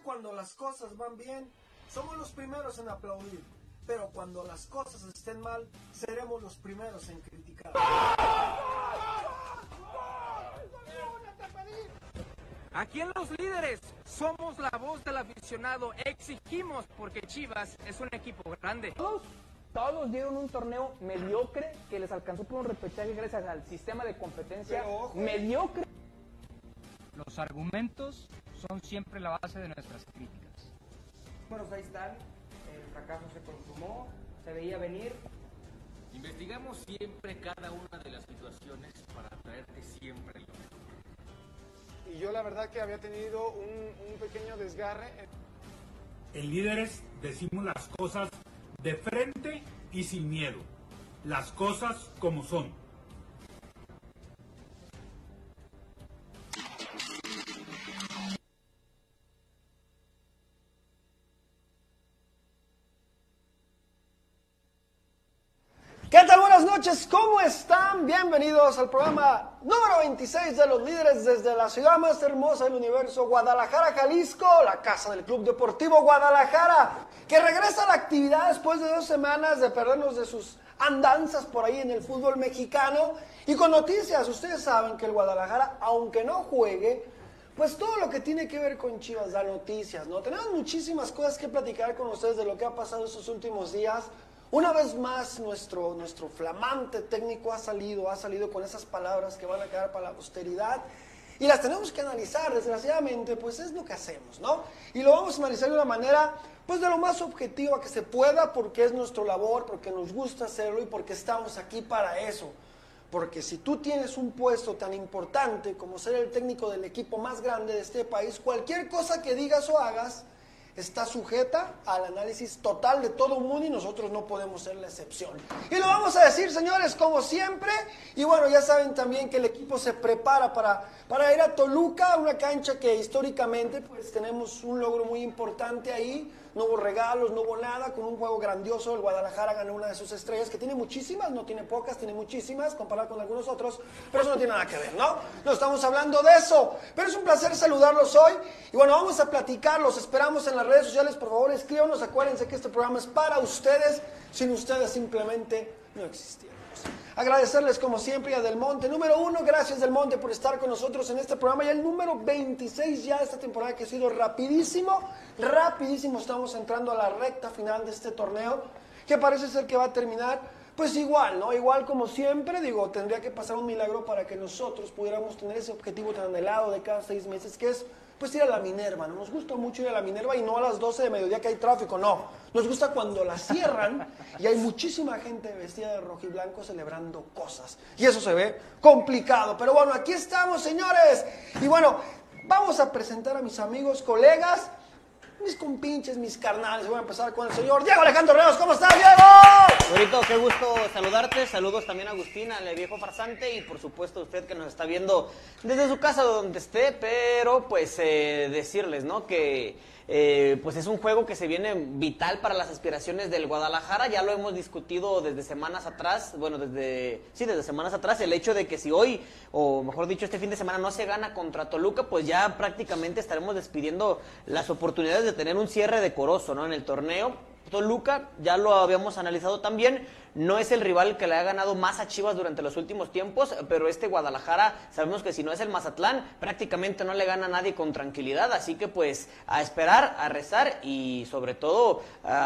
cuando las cosas van bien, somos los primeros en aplaudir, pero cuando las cosas estén mal, seremos los primeros en criticar. Aquí en Los Líderes somos la voz del aficionado, exigimos porque Chivas es un equipo grande. Todos dieron un torneo mediocre que les alcanzó por un repechaje gracias al sistema de competencia mediocre. Los argumentos son siempre la base de nuestras críticas. Bueno, ahí están, el fracaso se consumó, se veía venir. Investigamos siempre cada una de las situaciones para traerte siempre lo mejor. Y yo la verdad que había tenido un pequeño desgarre. En Líderes decimos las cosas de frente y sin miedo. Las cosas como son. ¿Qué tal? Buenas noches, ¿cómo están? Bienvenidos al programa número 26 de Los Líderes desde la ciudad más hermosa del universo, Guadalajara, Jalisco, la casa del Club Deportivo Guadalajara, que regresa a la actividad después de 2 semanas de perdernos de sus andanzas por ahí en el fútbol mexicano y con noticias. Ustedes saben que el Guadalajara, aunque no juegue, pues todo lo que tiene que ver con Chivas da noticias, ¿no? Tenemos muchísimas cosas que platicar con ustedes de lo que ha pasado estos últimos días. Una vez más, nuestro flamante técnico ha salido con esas palabras que van a quedar para la posteridad y las tenemos que analizar, desgraciadamente, pues es lo que hacemos, ¿no? Y lo vamos a analizar de una manera, pues de lo más objetiva que se pueda, porque es nuestra labor, porque nos gusta hacerlo y porque estamos aquí para eso. Porque si tú tienes un puesto tan importante como ser el técnico del equipo más grande de este país, cualquier cosa que digas o hagas está sujeta al análisis total de todo el mundo y nosotros no podemos ser la excepción. Y lo vamos a decir, señores, como siempre. Y bueno, ya saben también que el equipo se prepara para ir a Toluca, una cancha que históricamente pues tenemos un logro muy importante ahí. No hubo regalos, no hubo nada, con un juego grandioso. El Guadalajara ganó una de sus estrellas, que tiene muchísimas, no tiene pocas, tiene muchísimas, comparado con algunos otros, pero eso no tiene nada que ver, ¿no? No estamos hablando de eso, pero es un placer saludarlos hoy. Y bueno, vamos a platicar, los esperamos en las redes sociales, por favor, escríbanos, acuérdense que este programa es para ustedes, sin ustedes simplemente no existiéramos. Agradecerles como siempre a Del Monte, número 1, gracias Del Monte por estar con nosotros en este programa, ya el número 26 ya de esta temporada que ha sido rapidísimo, estamos entrando a la recta final de este torneo, que parece ser que va a terminar, pues igual, ¿no? Igual como siempre, digo, tendría que pasar un milagro para que nosotros pudiéramos tener ese objetivo tan anhelado de cada 6 meses, que es pues ir a la Minerva, ¿no? Nos gusta mucho ir a la Minerva y no a las 12 de mediodía que hay tráfico, no. Nos gusta cuando la cierran y hay muchísima gente vestida de rojiblanco celebrando cosas. Y eso se ve complicado. Pero bueno, aquí estamos, señores. Y bueno, vamos a presentar a mis amigos, colegas, mis compinches, mis carnales. Voy a empezar con el señor Diego Alejandro Reos. ¿Cómo estás, Diego? Güerito, qué gusto saludarte. Saludos también a Agustín, al viejo farsante y por supuesto a usted que nos está viendo desde su casa donde esté. Pero pues decirles, ¿no? Que pues es un juego que se viene vital para las aspiraciones del Guadalajara. Ya lo hemos discutido desde semanas atrás. Bueno, desde semanas atrás. El hecho de que si hoy, o mejor dicho, este fin de semana no se gana contra Toluca, pues ya prácticamente estaremos despidiendo las oportunidades de tener un cierre decoroso, ¿no? En el torneo. Toluca, ya lo habíamos analizado también, no es el rival que le ha ganado más a Chivas durante los últimos tiempos, pero este Guadalajara, sabemos que si no es el Mazatlán, prácticamente no le gana a nadie con tranquilidad, así que pues a esperar, a rezar y sobre todo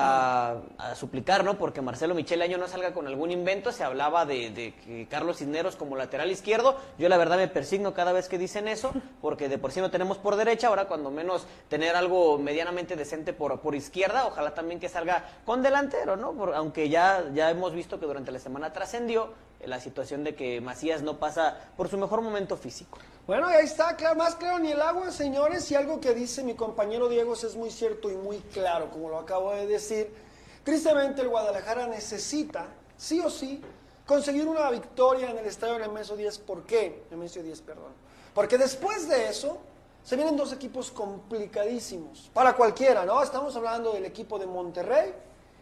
a suplicar, ¿no? Porque Marcelo Michele Año no salga con algún invento. Se hablaba de que Carlos Cisneros como lateral izquierdo, yo la verdad me persigno cada vez que dicen eso, porque de por sí no tenemos por derecha, ahora cuando menos tener algo medianamente decente por izquierda, ojalá también que salga con delantero, ¿no? Aunque ya hemos visto que durante la semana trascendió la situación de que Macías no pasa por su mejor momento físico. Bueno, y ahí está, claro, más claro ni el agua, señores, y algo que dice mi compañero Diego es muy cierto y muy claro, como lo acabo de decir. Tristemente el Guadalajara necesita, sí o sí, conseguir una victoria en el estadio Nemesio 10. ¿Por qué? Nemesio 10, perdón. Porque después de eso se vienen 2 equipos complicadísimos, para cualquiera, ¿no? Estamos hablando del equipo de Monterrey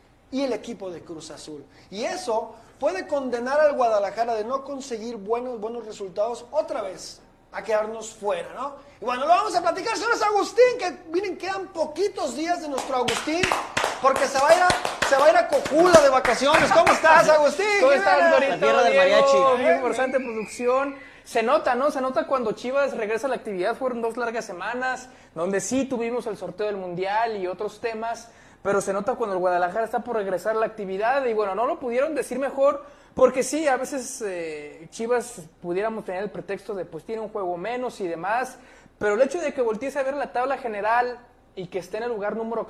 y el equipo de Cruz Azul. Y eso puede condenar al Guadalajara de no conseguir buenos resultados otra vez a quedarnos fuera, ¿no? Y bueno, lo vamos a platicar, señores. Agustín, que miren, quedan poquitos días de nuestro Agustín, porque se va a ir a Cojula de vacaciones. ¿Cómo estás, Agustín? ¿Cómo estás, Dorito? La tierra del mariachi. Bien, forzante producción. Se nota, ¿no? Se nota cuando Chivas regresa a la actividad. Fueron 2 largas semanas, donde sí tuvimos el sorteo del Mundial y otros temas, pero se nota cuando el Guadalajara está por regresar a la actividad. Y bueno, no lo pudieron decir mejor, porque sí, a veces Chivas pudiéramos tener el pretexto de pues tiene un juego menos y demás, pero el hecho de que voltees a ver la tabla general y que esté en el lugar número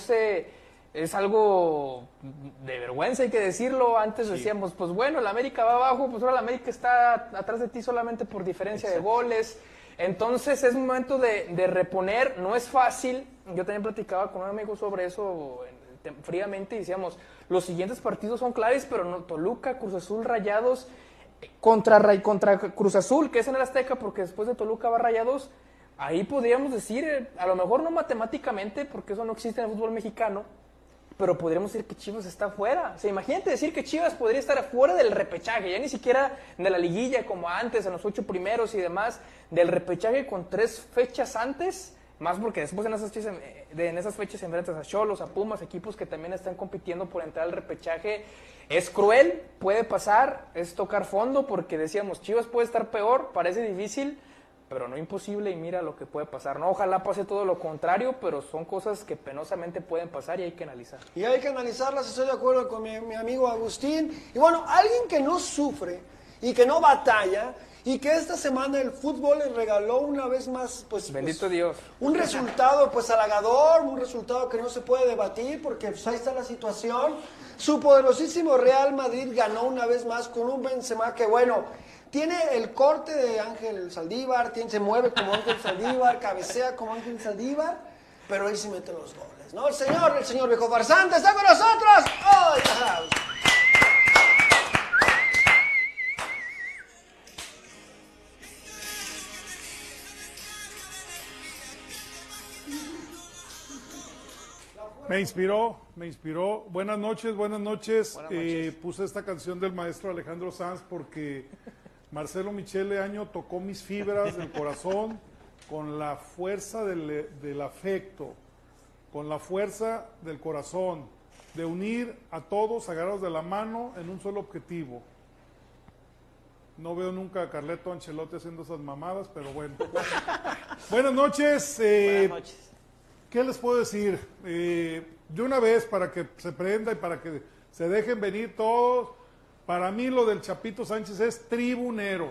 14 es algo de vergüenza, hay que decirlo. Antes decíamos, pues bueno, el América va abajo, pues ahora el América está atrás de ti solamente por diferencia de goles. Entonces es momento de reponer, no es fácil. Yo también platicaba con un amigo sobre eso fríamente y decíamos, los siguientes partidos son claves, pero no, Toluca, Cruz Azul, Rayados, contra Cruz Azul, que es en el Azteca, porque después de Toluca va Rayados. Ahí podríamos decir, a lo mejor no matemáticamente, porque eso no existe en el fútbol mexicano, pero podríamos decir que Chivas está fuera. O sea, imagínate decir que Chivas podría estar fuera del repechaje, ya ni siquiera de la liguilla como antes, en los 8 primeros y demás, del repechaje con 3 fechas antes, más porque después en esas fechas se enfrentas a Xolos, a Pumas, equipos que también están compitiendo por entrar al repechaje. Es cruel, puede pasar, es tocar fondo, porque decíamos, Chivas puede estar peor, parece difícil, pero no imposible, y mira lo que puede pasar, ¿no? Ojalá pase todo lo contrario, pero son cosas que penosamente pueden pasar y hay que analizar. Y hay que analizarlas, estoy de acuerdo con mi amigo Agustín. Y bueno, alguien que no sufre y que no batalla, y que esta semana el fútbol le regaló una vez más, Bendito Dios. Un resultado halagador, un resultado que no se puede debatir, porque pues, ahí está la situación. Su poderosísimo Real Madrid ganó una vez más con un Benzema que, bueno, tiene el corte de Ángel Saldívar, se mueve como Ángel Saldívar, cabecea como Ángel Saldívar, pero él sí mete los goles, ¿no? El señor viejo farsante está con nosotros. ¡Oh, Me inspiró. Buenas noches. Puse esta canción del maestro Alejandro Sanz porque Marcelo Michele Año tocó mis fibras del corazón con la fuerza del afecto, con la fuerza del corazón, de unir a todos agarrados de la mano en un solo objetivo. No veo nunca a Carleto Ancelotti haciendo esas mamadas, pero bueno. Buenas noches. Buenas noches. ¿Qué les puedo decir? De una vez, para que se prenda y para que se dejen venir todos, para mí lo del Chapito Sánchez es tribunero,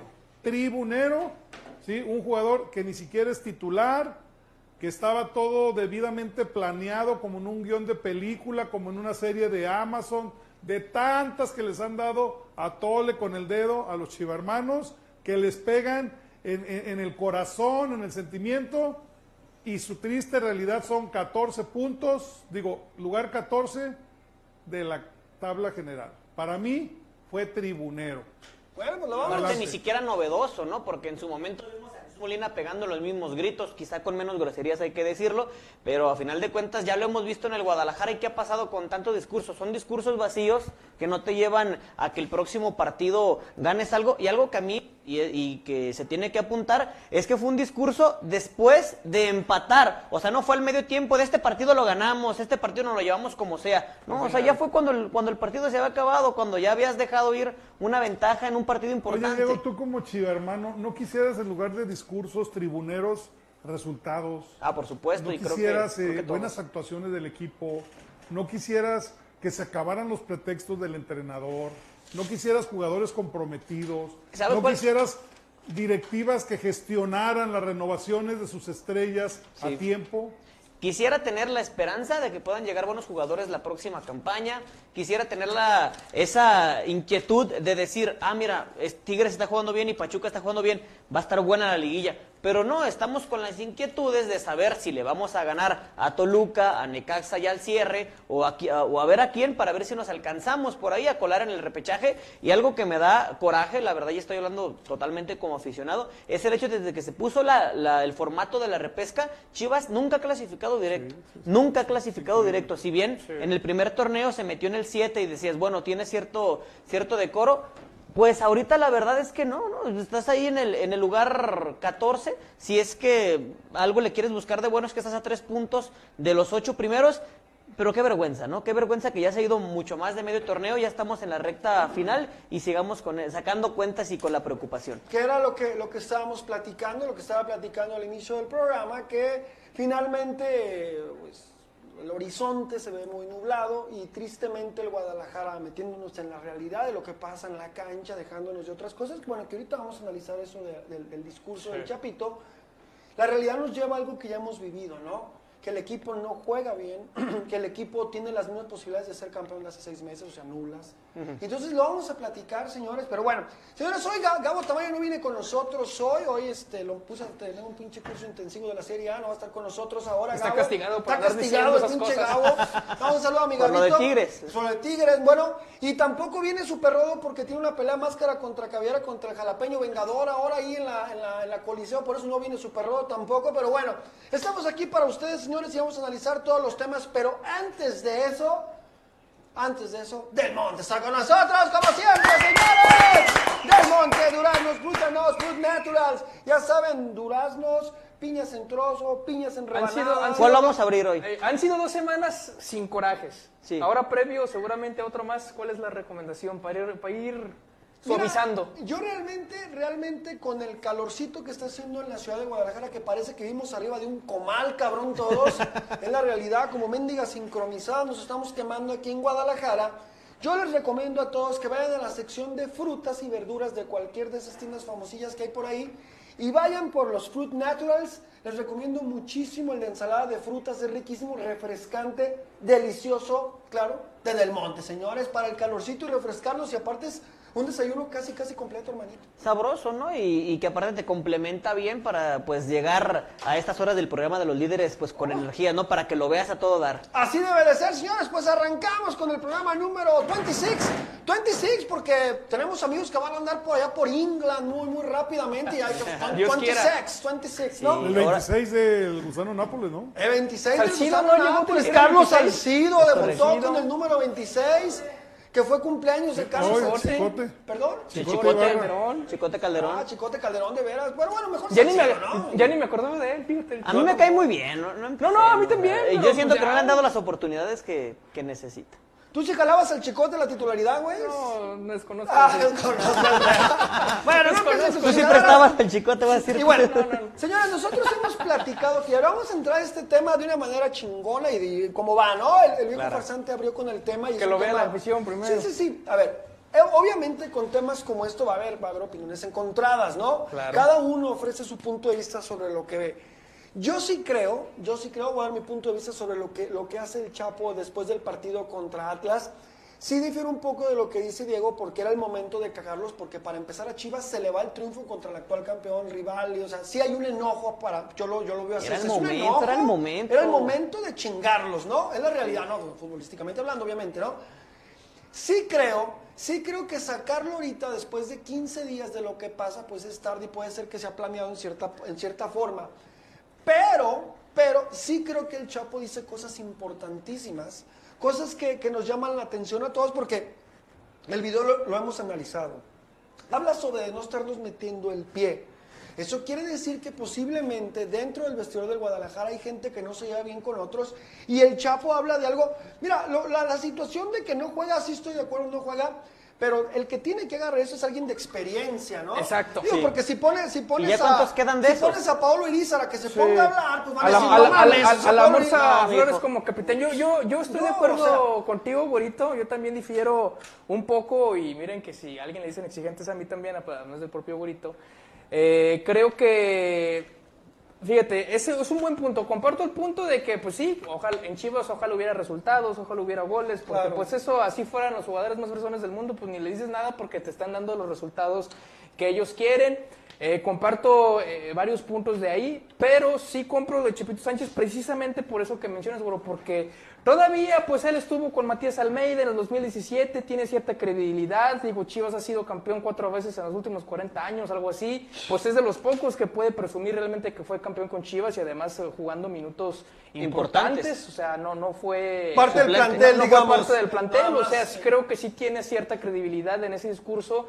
¿sí? Un jugador que ni siquiera es titular, que estaba todo debidamente planeado como en un guión de película, como en una serie de Amazon, de tantas que les han dado a tole con el dedo a los chivarmanos, que les pegan en el corazón, en el sentimiento. Y su triste realidad son 14 puntos, lugar 14 de la tabla general. Para mí fue tribunero. Bueno, pues lo vamos a ni siquiera novedoso, ¿no? Porque en su momento vimos a Jesús Molina pegando los mismos gritos, quizá con menos groserías, hay que decirlo, pero a final de cuentas ya lo hemos visto en el Guadalajara. ¿Y qué ha pasado con tanto discurso? Son discursos vacíos que no te llevan a que el próximo partido ganes algo. Y algo que a mí y que se tiene que apuntar es que fue un discurso después de empatar. O sea, no fue al medio tiempo de este partido lo ganamos, este partido nos lo llevamos como sea. No, o sea, ya fue cuando el partido se había acabado, cuando ya habías dejado ir una ventaja en un partido importante. Oye, Diego, tú como chivermano, ¿no quisieras en lugar de discursos tribuneros resultados? Por supuesto. ¿No y quisieras creo que buenas actuaciones del equipo? ¿No quisieras que se acabaran los pretextos del entrenador? ¿No quisieras jugadores comprometidos? ¿No quisieras directivas que gestionaran las renovaciones de sus estrellas a tiempo? Quisiera tener la esperanza de que puedan llegar buenos jugadores la próxima campaña. Quisiera tener esa inquietud de decir, mira, Tigres está jugando bien y Pachuca está jugando bien, va a estar buena la liguilla. Pero no, estamos con las inquietudes de saber si le vamos a ganar a Toluca, a Necaxa ya al cierre, o a ver a quién, para ver si nos alcanzamos por ahí a colar en el repechaje. Y algo que me da coraje, la verdad, ya estoy hablando totalmente como aficionado, es el hecho de desde que se puso el formato de la repesca, Chivas nunca ha clasificado directo. Nunca ha clasificado directo. Si bien en el primer torneo se metió en el 7 y decías, bueno, tiene cierto decoro, Pues ahorita la verdad es que no, estás ahí en el lugar 14, si es que algo le quieres buscar de bueno es que estás a 3 puntos de los 8 primeros, pero qué vergüenza, ¿no? Qué vergüenza que ya se ha ido mucho más de medio torneo, ya estamos en la recta final y sigamos sacando cuentas y con la preocupación. Que era lo que estábamos platicando, lo que estaba platicando al inicio del programa, que finalmente pues, el horizonte se ve muy nublado y tristemente el Guadalajara metiéndonos en la realidad de lo que pasa en la cancha, dejándonos de otras cosas, bueno, que ahorita vamos a analizar eso del discurso del Chapito. La realidad nos lleva a algo que ya hemos vivido, ¿no? Que el equipo no juega bien, que el equipo tiene las mismas posibilidades de ser campeón de hace 6 meses, o sea, nulas. Entonces lo vamos a platicar, señores, pero bueno, señores, hoy Gabo Tamayo no viene con nosotros hoy lo puse a tener un pinche curso intensivo de la Serie A, no va a estar con nosotros ahora, Está Gabo. castigado por Está andar castigado diciendo el pinche esas Gabo. cosas. Vamos a saludar a mi Por Gabito. lo de Tigres. Por lo de Tigres, bueno, y tampoco viene Super Rodo porque tiene una pelea máscara contra Caviera, contra el Jalapeño Vengador, ahora ahí en la Coliseo, por eso no viene Super Rodo tampoco, pero bueno, estamos aquí para ustedes, señores, y vamos a analizar todos los temas, pero antes de eso, Del Monte está con nosotros, como siempre, señores. Del Monte, duraznos, glutanos, Fruit Naturals. Ya saben, duraznos, piñas en trozo, piñas en rebanada. ¿Cuál vamos a abrir hoy? Han sido 2 semanas sin corajes. Sí. Ahora previo, seguramente otro más. ¿Cuál es la recomendación para ir suavizando? Mira, yo realmente con el calorcito que está haciendo en la ciudad de Guadalajara, que parece que vivimos arriba de un comal, cabrón, todos, es la realidad, como mendigas sincronizadas, nos estamos quemando aquí en Guadalajara. Yo les recomiendo a todos que vayan a la sección de frutas y verduras de cualquier de esas tiendas famosillas que hay por ahí y vayan por los Fruit Naturals. Les recomiendo muchísimo el de ensalada de frutas, es riquísimo, refrescante, delicioso, claro, de Del Monte, señores, para el calorcito y refrescarlos, y aparte es un desayuno casi completo, hermanito. Sabroso, ¿no? Y que aparte te complementa bien para pues llegar a estas horas del programa de los líderes pues con energía, ¿no? Para que lo veas a todo dar. Así debe de ser, señores, pues arrancamos con el programa número 26, porque tenemos amigos que van a andar por allá por England muy rápidamente, y hay que, Dios quiera. 26, ¿no? Sí. El 26 del Gusano Nápoles, ¿no? El 26 Salcido, del Gusano ¿no? Llegó Nápoles, con el Carlos 26. Salcido debutó Salcido. con el número 26, que fue cumpleaños de Carlos No, el Salcido. Chicote. ¿Perdón? Chicote Ibarra. Calderón. Chicote Calderón. Ah, Chicote Calderón, de veras. Bueno, mejor Ya ni Salcido, ¿no? me acordaba de él, fíjate. A mí me cae muy bien, ¿no? No, a mí también, Yo pero siento pues que no ya. le han dado las oportunidades que necesita. ¿Tú sí jalabas al Chicote la titularidad, güey? No desconozco. Ah, Sí. bueno, no empieces Tú con sí nada. prestabas el Chicote, vas a decir. Y bueno, señores, nosotros hemos platicado que ahora vamos a entrar a este tema de una manera chingona y de cómo va, ¿no? El viejo farsante abrió con el tema. Y Que es lo un vea tema- la afición primero. Sí. A ver, obviamente con temas como esto va a haber opiniones encontradas, ¿no? Claro. Cada uno ofrece su punto de vista sobre lo que ve. Yo sí creo, voy a dar mi punto de vista sobre lo que hace el Chapo después del partido contra Atlas. Sí difiere un poco de lo que dice Diego, porque era el momento de cagarlos, porque para empezar a Chivas se le va el triunfo contra el actual campeón rival, y, o sea, sí hay un enojo yo lo veo así. Era el Es un momento, enojo, era el momento. Era el momento de chingarlos, ¿no? Es la realidad, ¿no? Futbolísticamente hablando, obviamente, ¿no? Sí creo que sacarlo ahorita, después de 15 días de lo que pasa, pues es tarde y puede ser que se ha planeado en cierta forma. Pero sí creo que el Chapo dice cosas importantísimas, cosas que nos llaman la atención a todos, porque el video lo hemos analizado. Habla sobre no estarnos metiendo el pie. Eso quiere decir que posiblemente dentro del vestidor del Guadalajara hay gente que no se lleva bien con otros, y el Chapo habla de algo. Mira, la situación de que no juega, sí estoy de acuerdo, no juega, pero el que tiene que agarrar eso es alguien de experiencia, ¿no? Exacto. Digo, Sí. porque si pones ¿Y ya cuántos quedan de si esos? pones a Pablo Irizar a que se ponga a hablar, pues van A a la, decir, a no la- a la- mames, a la Pablo Morsa Irizar, Flores viejo. como capitán. Yo estoy de No, acuerdo contigo, Güerito. Yo también difiero un poco. Y miren que si a alguien le dicen exigentes a mí también, además del propio Güerito, creo que... Fíjate, ese es un buen punto. Comparto el punto de que, pues sí, ojalá en Chivas ojalá hubiera resultados, ojalá hubiera goles, porque Claro. pues eso, así fueran los jugadores más fresones del mundo, pues ni le dices nada porque te están dando los resultados que ellos quieren. Comparto varios puntos de ahí, pero sí compro de Chipito Sánchez precisamente por eso que mencionas, bro, porque todavía pues él estuvo con Matías Almeida en el 2017, tiene cierta credibilidad, digo, Chivas ha sido campeón 4 veces en los últimos 40 años, algo así, pues es de los pocos que puede presumir realmente que fue campeón con Chivas y además jugando minutos importantes, o sea, no fue Parte del suplente, plantel, no fue digamos. parte del plantel, Nada o sea, más. creo que sí tiene cierta credibilidad en ese discurso.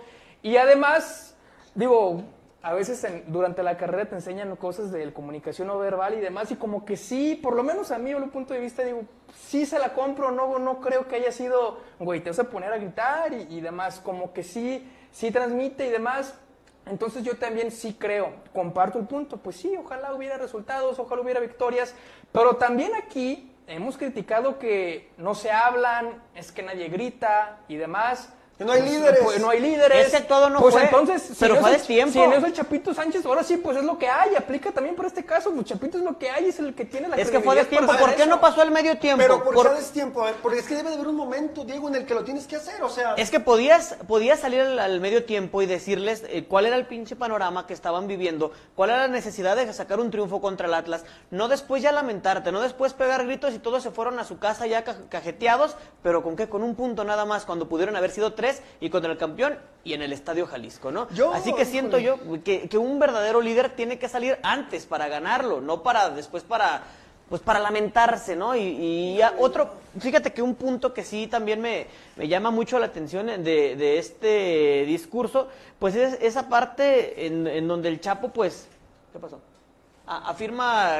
Y además, digo, a veces durante la carrera te enseñan cosas de comunicación no verbal y demás, y como que sí, por lo menos a mí, a un punto de vista, digo, sí se la compro, no creo que haya sido, güey, te vas a poner a gritar y demás, como que sí transmite y demás. Entonces yo también sí creo, comparto el punto, pues sí, ojalá hubiera resultados, ojalá hubiera victorias, pero también aquí hemos criticado que no se hablan, es que nadie grita y demás. Que no hay líderes. Pues no hay líderes. Ese todo no pues fue, entonces, pero si fue no de tiempo. Si en eso el Chapito Sánchez, ahora sí, pues es lo que hay, aplica también para este caso, pues Chapito es lo que hay, es el que tiene la Es que fue de credibilidad tiempo, para ¿por hacer qué eso? no pasó el medio tiempo? Pero ¿por qué es tiempo? A ver, porque es que debe de haber un momento, Diego, en el que lo tienes que hacer, o sea... Es que podías salir al medio tiempo y decirles cuál era el pinche panorama que estaban viviendo, cuál era la necesidad de sacar un triunfo contra el Atlas, no después ya lamentarte, no después pegar gritos y todos se fueron a su casa ya cajeteados, pero ¿con qué? Con un punto nada más, cuando pudieron haber sido 3 y contra el campeón y en el Estadio Jalisco, ¿no? Así que siento yo que un verdadero líder tiene que salir antes para ganarlo, no para después para lamentarse, ¿no? Y otro, fíjate que un punto que sí también me llama mucho la atención de este discurso, pues es esa parte en donde el Chapo, pues, ¿qué pasó? Afirma,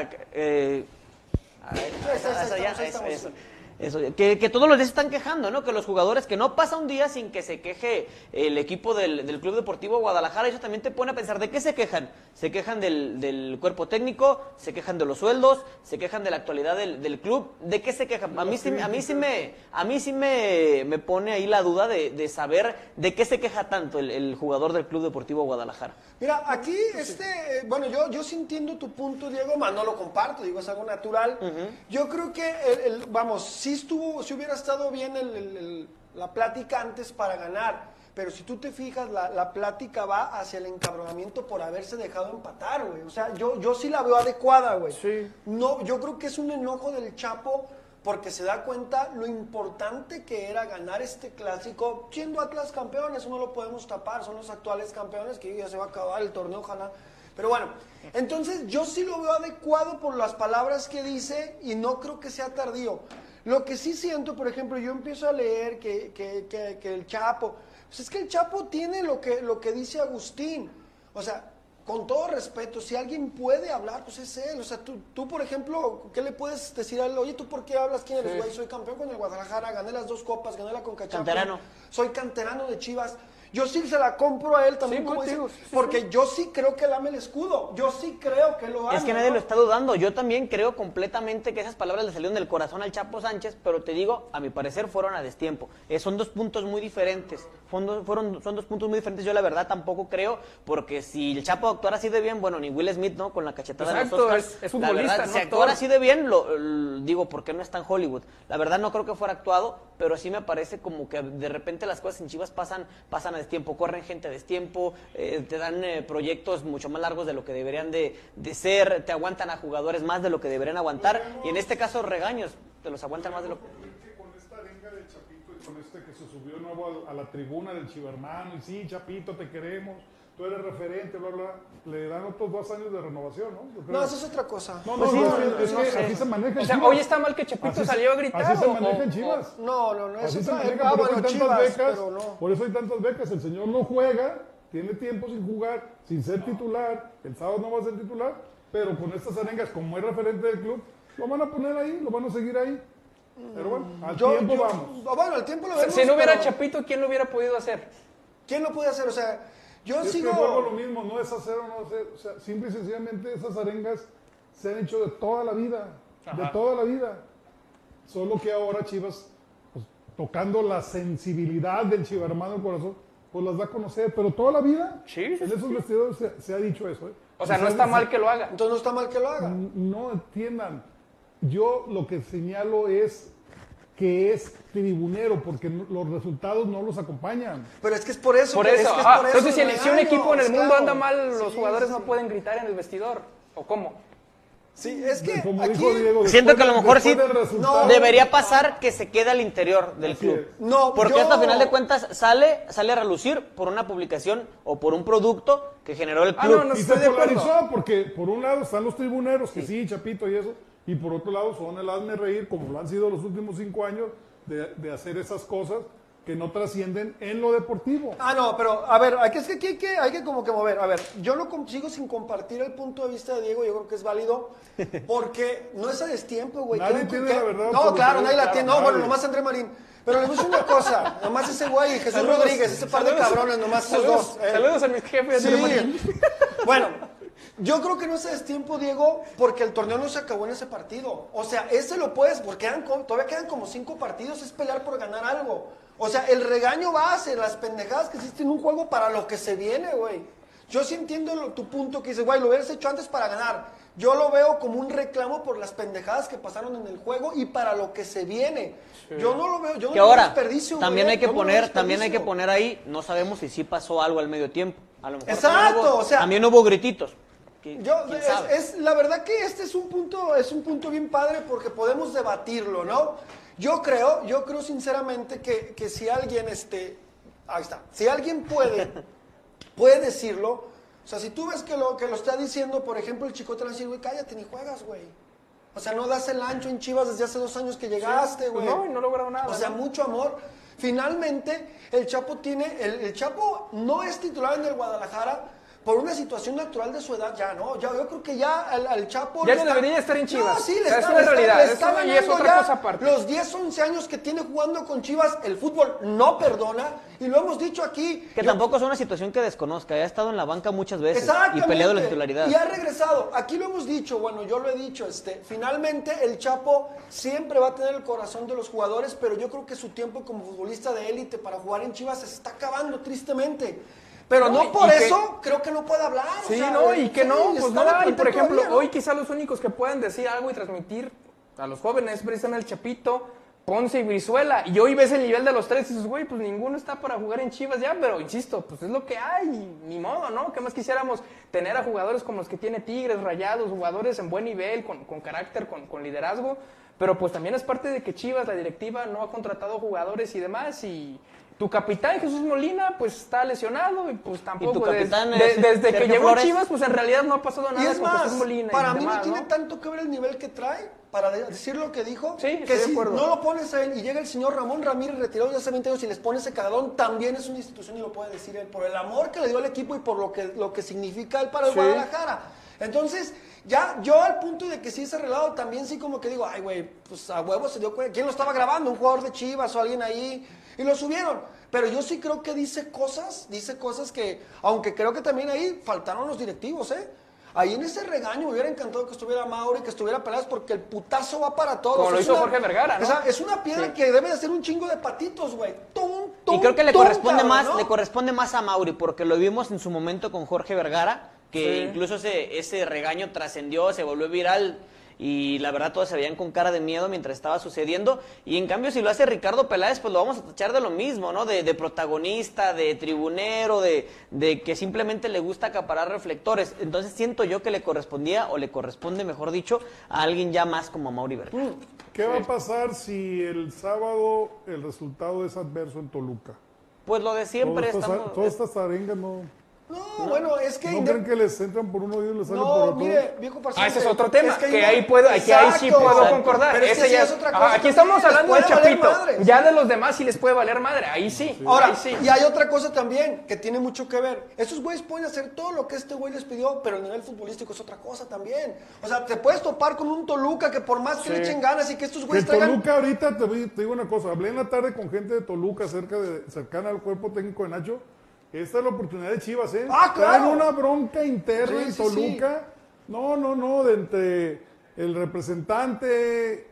eso, que todos los días se están quejando, ¿no? Que los jugadores, que no pasa un día sin que se queje el equipo del Club Deportivo Guadalajara. Eso también te pone a pensar, ¿de qué se quejan? Se quejan del cuerpo técnico, se quejan de los sueldos, se quejan de la actualidad del club. ¿De qué se quejan? A mí sí me pone ahí la duda de saber de qué se queja tanto el jugador del Club Deportivo Guadalajara. Mira, aquí, bueno, yo sí entiendo tu punto, Diego, más no lo comparto, digo, es algo natural. Yo creo que, si hubiera estado bien la plática antes para ganar, pero si tú te fijas, la plática va hacia el encabronamiento por haberse dejado empatar, güey. O sea, yo sí la veo adecuada, güey. Sí. No, yo creo que es un enojo del Chapo porque se da cuenta lo importante que era ganar este clásico, siendo Atlas campeones, eso no lo podemos tapar, son los actuales campeones, que ya se va a acabar el torneo, ojalá. Pero bueno, entonces yo sí lo veo adecuado por las palabras que dice y no creo que sea tardío. Lo que sí siento, por ejemplo, yo empiezo a leer que el Chapo, pues es que el Chapo tiene lo que dice Agustín, o sea, con todo respeto, si alguien puede hablar, pues es él. O sea, tú por ejemplo, ¿qué le puedes decir a él? Oye, ¿tú por qué hablas? ¿Quién eres, güey? Soy campeón con el Guadalajara, gané las 2 copas, gané la Conca Champions. Canterano. Soy canterano de Chivas. Yo sí se la compro a él también, Sí, como contigo, dice, sí, porque yo sí creo que él ama el escudo. Yo sí creo que lo ama. Es que nadie ¿no? lo está dudando. Yo también creo completamente que esas palabras le salieron del corazón al Chapo Sánchez, pero te digo, a mi parecer fueron a destiempo. Son 2 puntos muy diferentes. Son 2 puntos muy diferentes. Yo la verdad tampoco creo, porque si el Chapo actuara así de bien, bueno, ni Will Smith, ¿no? Con la cachetada Exacto, de los Oscars. es futbolista, verdad, ¿no? si actuara así de bien, digo, ¿por qué no está en Hollywood? La verdad no creo que fuera actuado, pero sí me parece como que de repente las cosas en Chivas pasan a destiempo, corren gente a destiempo, te dan proyectos mucho más largos de lo que deberían de ser, te aguantan a jugadores más de lo que deberían aguantar, y en este caso regaños, te los aguantan más de lo que... Con esta arenga del Chapito y con que se subió nuevo a la tribuna del Chivermano, y sí, Chapito, te queremos, tú eres referente, bla, bla, le dan otros 2 años de renovación, ¿no? Yo creo. No, eso es otra cosa. No, Pues sí, es que sé. así se maneja en O sea, Chivas. hoy está mal que Chapito salió a gritar. Así se maneja en Chivas. No, Así eso se maneja, está por eso hay bueno, tantas Chivas, becas, pero no. por eso hay tantas becas. El señor no juega, tiene tiempo sin jugar, sin ser titular, el sábado no va a ser titular, pero con estas arengas, como es referente del club, lo van a poner ahí, lo van a seguir ahí. Pero bueno, al tiempo vamos. Bueno, al tiempo lo vemos. Si no hubiera pero Chapito, ¿quién lo hubiera podido hacer? ¿quién lo puede hacer? O sea, yo Es sigo... que vuelvo a lo mismo, no es hacer o no hacer, o sea, simple y sencillamente esas arengas se han hecho de toda la vida, de toda la vida. Solo que ahora Chivas, pues, tocando la sensibilidad del chivermano del corazón, pues las da a conocer, pero toda la vida, Sí, en esos vestidores se ha dicho eso. O sea, no está mal que lo haga. Entonces no está mal que lo haga. No entiendan, yo lo que señalo es que es tribunero, porque los resultados no los acompañan. Pero es que es por eso. Por es eso. que es Ah, por eso entonces, si el un regaño, equipo en el mundo claro. anda mal, los Sí, jugadores sí, no sí. pueden gritar en el vestidor. ¿O cómo? Sí, es que Como aquí... dijo Diego, Siento que a lo mejor después sí del resultado- debería pasar que se quede al interior del Así club. es. No, Porque yo- esto a final de cuentas sale a relucir por una publicación o por un producto que generó el club. no, Y estoy se de acuerdo. polarizó porque por un lado están los tribuneros, que sí, Chapito y eso, y por otro lado son el hazme reír, como lo han sido los últimos 5 años, de hacer esas cosas, que no trascienden en lo deportivo. Ah, no, pero a ver, hay que como que mover. A ver, yo no sigo sin compartir el punto de vista de Diego, yo creo que es válido, porque no es a destiempo, güey. Nadie tiene la verdad. No, claro, nadie la tiene. No, bueno, nadie. nomás André Marín. Pero les voy a decir una cosa, nomás ese güey y Jesús Rodríguez, ese par de cabrones, nomás esos dos. Saludos a mis jefes. Sí. Bueno, yo creo que no es a destiempo, Diego, porque el torneo no se acabó en ese partido. O sea, ese lo puedes, porque todavía quedan como 5 partidos, es pelear por ganar algo. O sea, el regaño va a hacer las pendejadas que hiciste en un juego para lo que se viene, güey. Yo sí entiendo tu punto que dices, güey, lo hubieras hecho antes para ganar. Yo lo veo como un reclamo por las pendejadas que pasaron en el juego y para lo que se viene. Sí. Yo no lo veo, yo que no ahora, lo desperdicio, también güey, también hay que poner ahí, no sabemos si sí pasó algo al medio tiempo. A lo mejor exacto, también hubo grititos. La verdad que este es un punto bien padre porque podemos debatirlo, ¿no? Yo creo sinceramente que si alguien, ahí está, si alguien puede decirlo, o sea, si tú ves que lo está diciendo, por ejemplo, el Chicote le va a decir, güey, cállate, ni juegas, güey. O sea, no das el ancho en Chivas desde hace 2 años que llegaste, güey. Sí, pues no lograron nada. O sea, ¿no? mucho amor. Finalmente, el Chapo el Chapo no es titular en el Guadalajara por una situación natural de su edad, ya, ¿no? Yo creo que ya al Chapo... Ya no debería estar en Chivas. No, sí, le está ganando otra cosa aparte. Los 10, 11 años que tiene jugando con Chivas, el fútbol no perdona, y lo hemos dicho aquí. Que tampoco es una situación que desconozca, ha estado en la banca muchas veces y peleado la titularidad. Y ha regresado, aquí lo hemos dicho, bueno, yo lo he dicho, finalmente el Chapo siempre va a tener el corazón de los jugadores, pero yo creo que su tiempo como futbolista de élite para jugar en Chivas se está acabando tristemente. Pero no por eso creo que no puede hablar. Sí, o sea, no, y que no, pues nada. Y por ejemplo, todavía, ¿no? hoy quizá los únicos que puedan decir algo y transmitir a los jóvenes, precisamente el Chapito, Ponce y Brizuela. Y hoy ves el nivel de los tres y dices, güey, pues ninguno está para jugar en Chivas ya, pero insisto, pues es lo que hay, ni modo, ¿no? ¿Qué más quisiéramos tener a jugadores como los que tiene Tigres, Rayados, jugadores en buen nivel, con carácter, con liderazgo? Pero pues también es parte de que Chivas, la directiva, no ha contratado jugadores y demás, y tu capitán Jesús Molina pues está lesionado y pues tampoco. ¿Y tu capitán desde que llegó Flores? Chivas pues en realidad no ha pasado nada con Jesús Molina. Para mí demás, no tiene tanto que ver el nivel que trae para decir lo que dijo, sí, que si de acuerdo. no lo pones a él y llega el señor Ramón Ramírez retirado de hace 20 años y les pone ese cagadón, también es una institución y lo puede decir él, por el amor que le dio al equipo y por lo que significa él para el Guadalajara. Entonces, ya yo al punto de que sí es arreglado, también sí como que digo, ay güey, pues a huevo se dio cuenta, ¿quién lo estaba grabando? Un jugador de Chivas o alguien ahí, y lo subieron. Pero yo sí creo que dice cosas que, aunque creo que también ahí faltaron los directivos, Ahí en ese regaño me hubiera encantado que estuviera Mauri, que estuviera Peláez, porque el putazo va para todos. Como lo hizo Jorge Vergara, ¿no? O sea, es una piedra que debe de ser un chingo de patitos, güey. Y creo que le corresponde más a Mauri, porque lo vimos en su momento con Jorge Vergara, que incluso ese regaño trascendió, se volvió viral, y la verdad todos se veían con cara de miedo mientras estaba sucediendo, y en cambio si lo hace Ricardo Peláez, pues lo vamos a tachar de lo mismo, ¿no? De protagonista, de tribunero, de que simplemente le gusta acaparar reflectores. Entonces siento yo que le correspondía, o le corresponde, mejor dicho, a alguien ya más como a Mauri Vergara. ¿Qué va a pasar si el sábado el resultado es adverso en Toluca? Pues lo de siempre. Todas estas arengas no... No, bueno, es que... ¿No creen que les entran por uno y les salen por otro? No, mire, viejo farsante. Ese es otro tema, es que ahí sí puedo concordar. Pero ese ya es otra cosa. Aquí estamos hablando del Chapito. Ya de los demás sí les puede valer madre, ahí sí. Ahora, ahí sí. Y hay otra cosa también que tiene mucho que ver. Esos güeyes pueden hacer todo lo que este güey les pidió, pero el nivel futbolístico es otra cosa también. O sea, te puedes topar con un Toluca que por más que le echen ganas y que estos güeyes traigan... Toluca ahorita, te digo una cosa, hablé en la tarde con gente de Toluca cercana al cuerpo técnico de Nacho. Esta es la oportunidad de Chivas, ¡Ah, claro! Traen una bronca interna en Toluca. Sí. No, de entre el representante,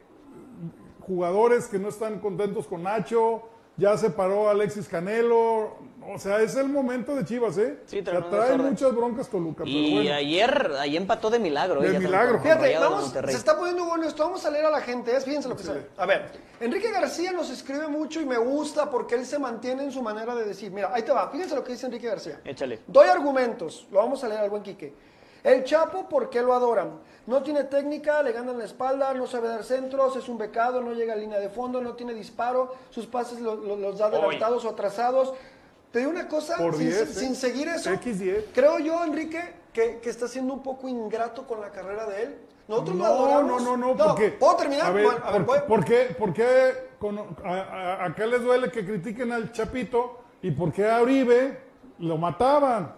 jugadores que no están contentos con Nacho, ya se paró Alexis Canelo. O sea, es el momento de Chivas, Sí, trae muchas broncas Toluca. Y pero bueno. ayer empató de milagro. De milagro. Fíjate, se está poniendo bueno esto. Vamos a leer a la gente, fíjense lo que sale. A ver, Enrique García nos escribe mucho y me gusta porque él se mantiene en su manera de decir. Mira, ahí te va, fíjense lo que dice Enrique García. Échale. Doy argumentos, lo vamos a leer al buen Quique. El Chapo, ¿por qué lo adoran? No tiene técnica, le ganan la espalda, no sabe dar centros, es un becado, no llega a línea de fondo, no tiene disparo, sus pases los da adelantados o atrasados. Te digo una cosa, sin seguir eso, X10. creo yo, Enrique, que está siendo un poco ingrato con la carrera de él, Nosotros lo adoramos. No, porque... ¿Puedo terminar? A ver, Bueno, a ver, voy. ¿por qué a qué les duele que critiquen al Chapito y por qué a Uribe lo mataban?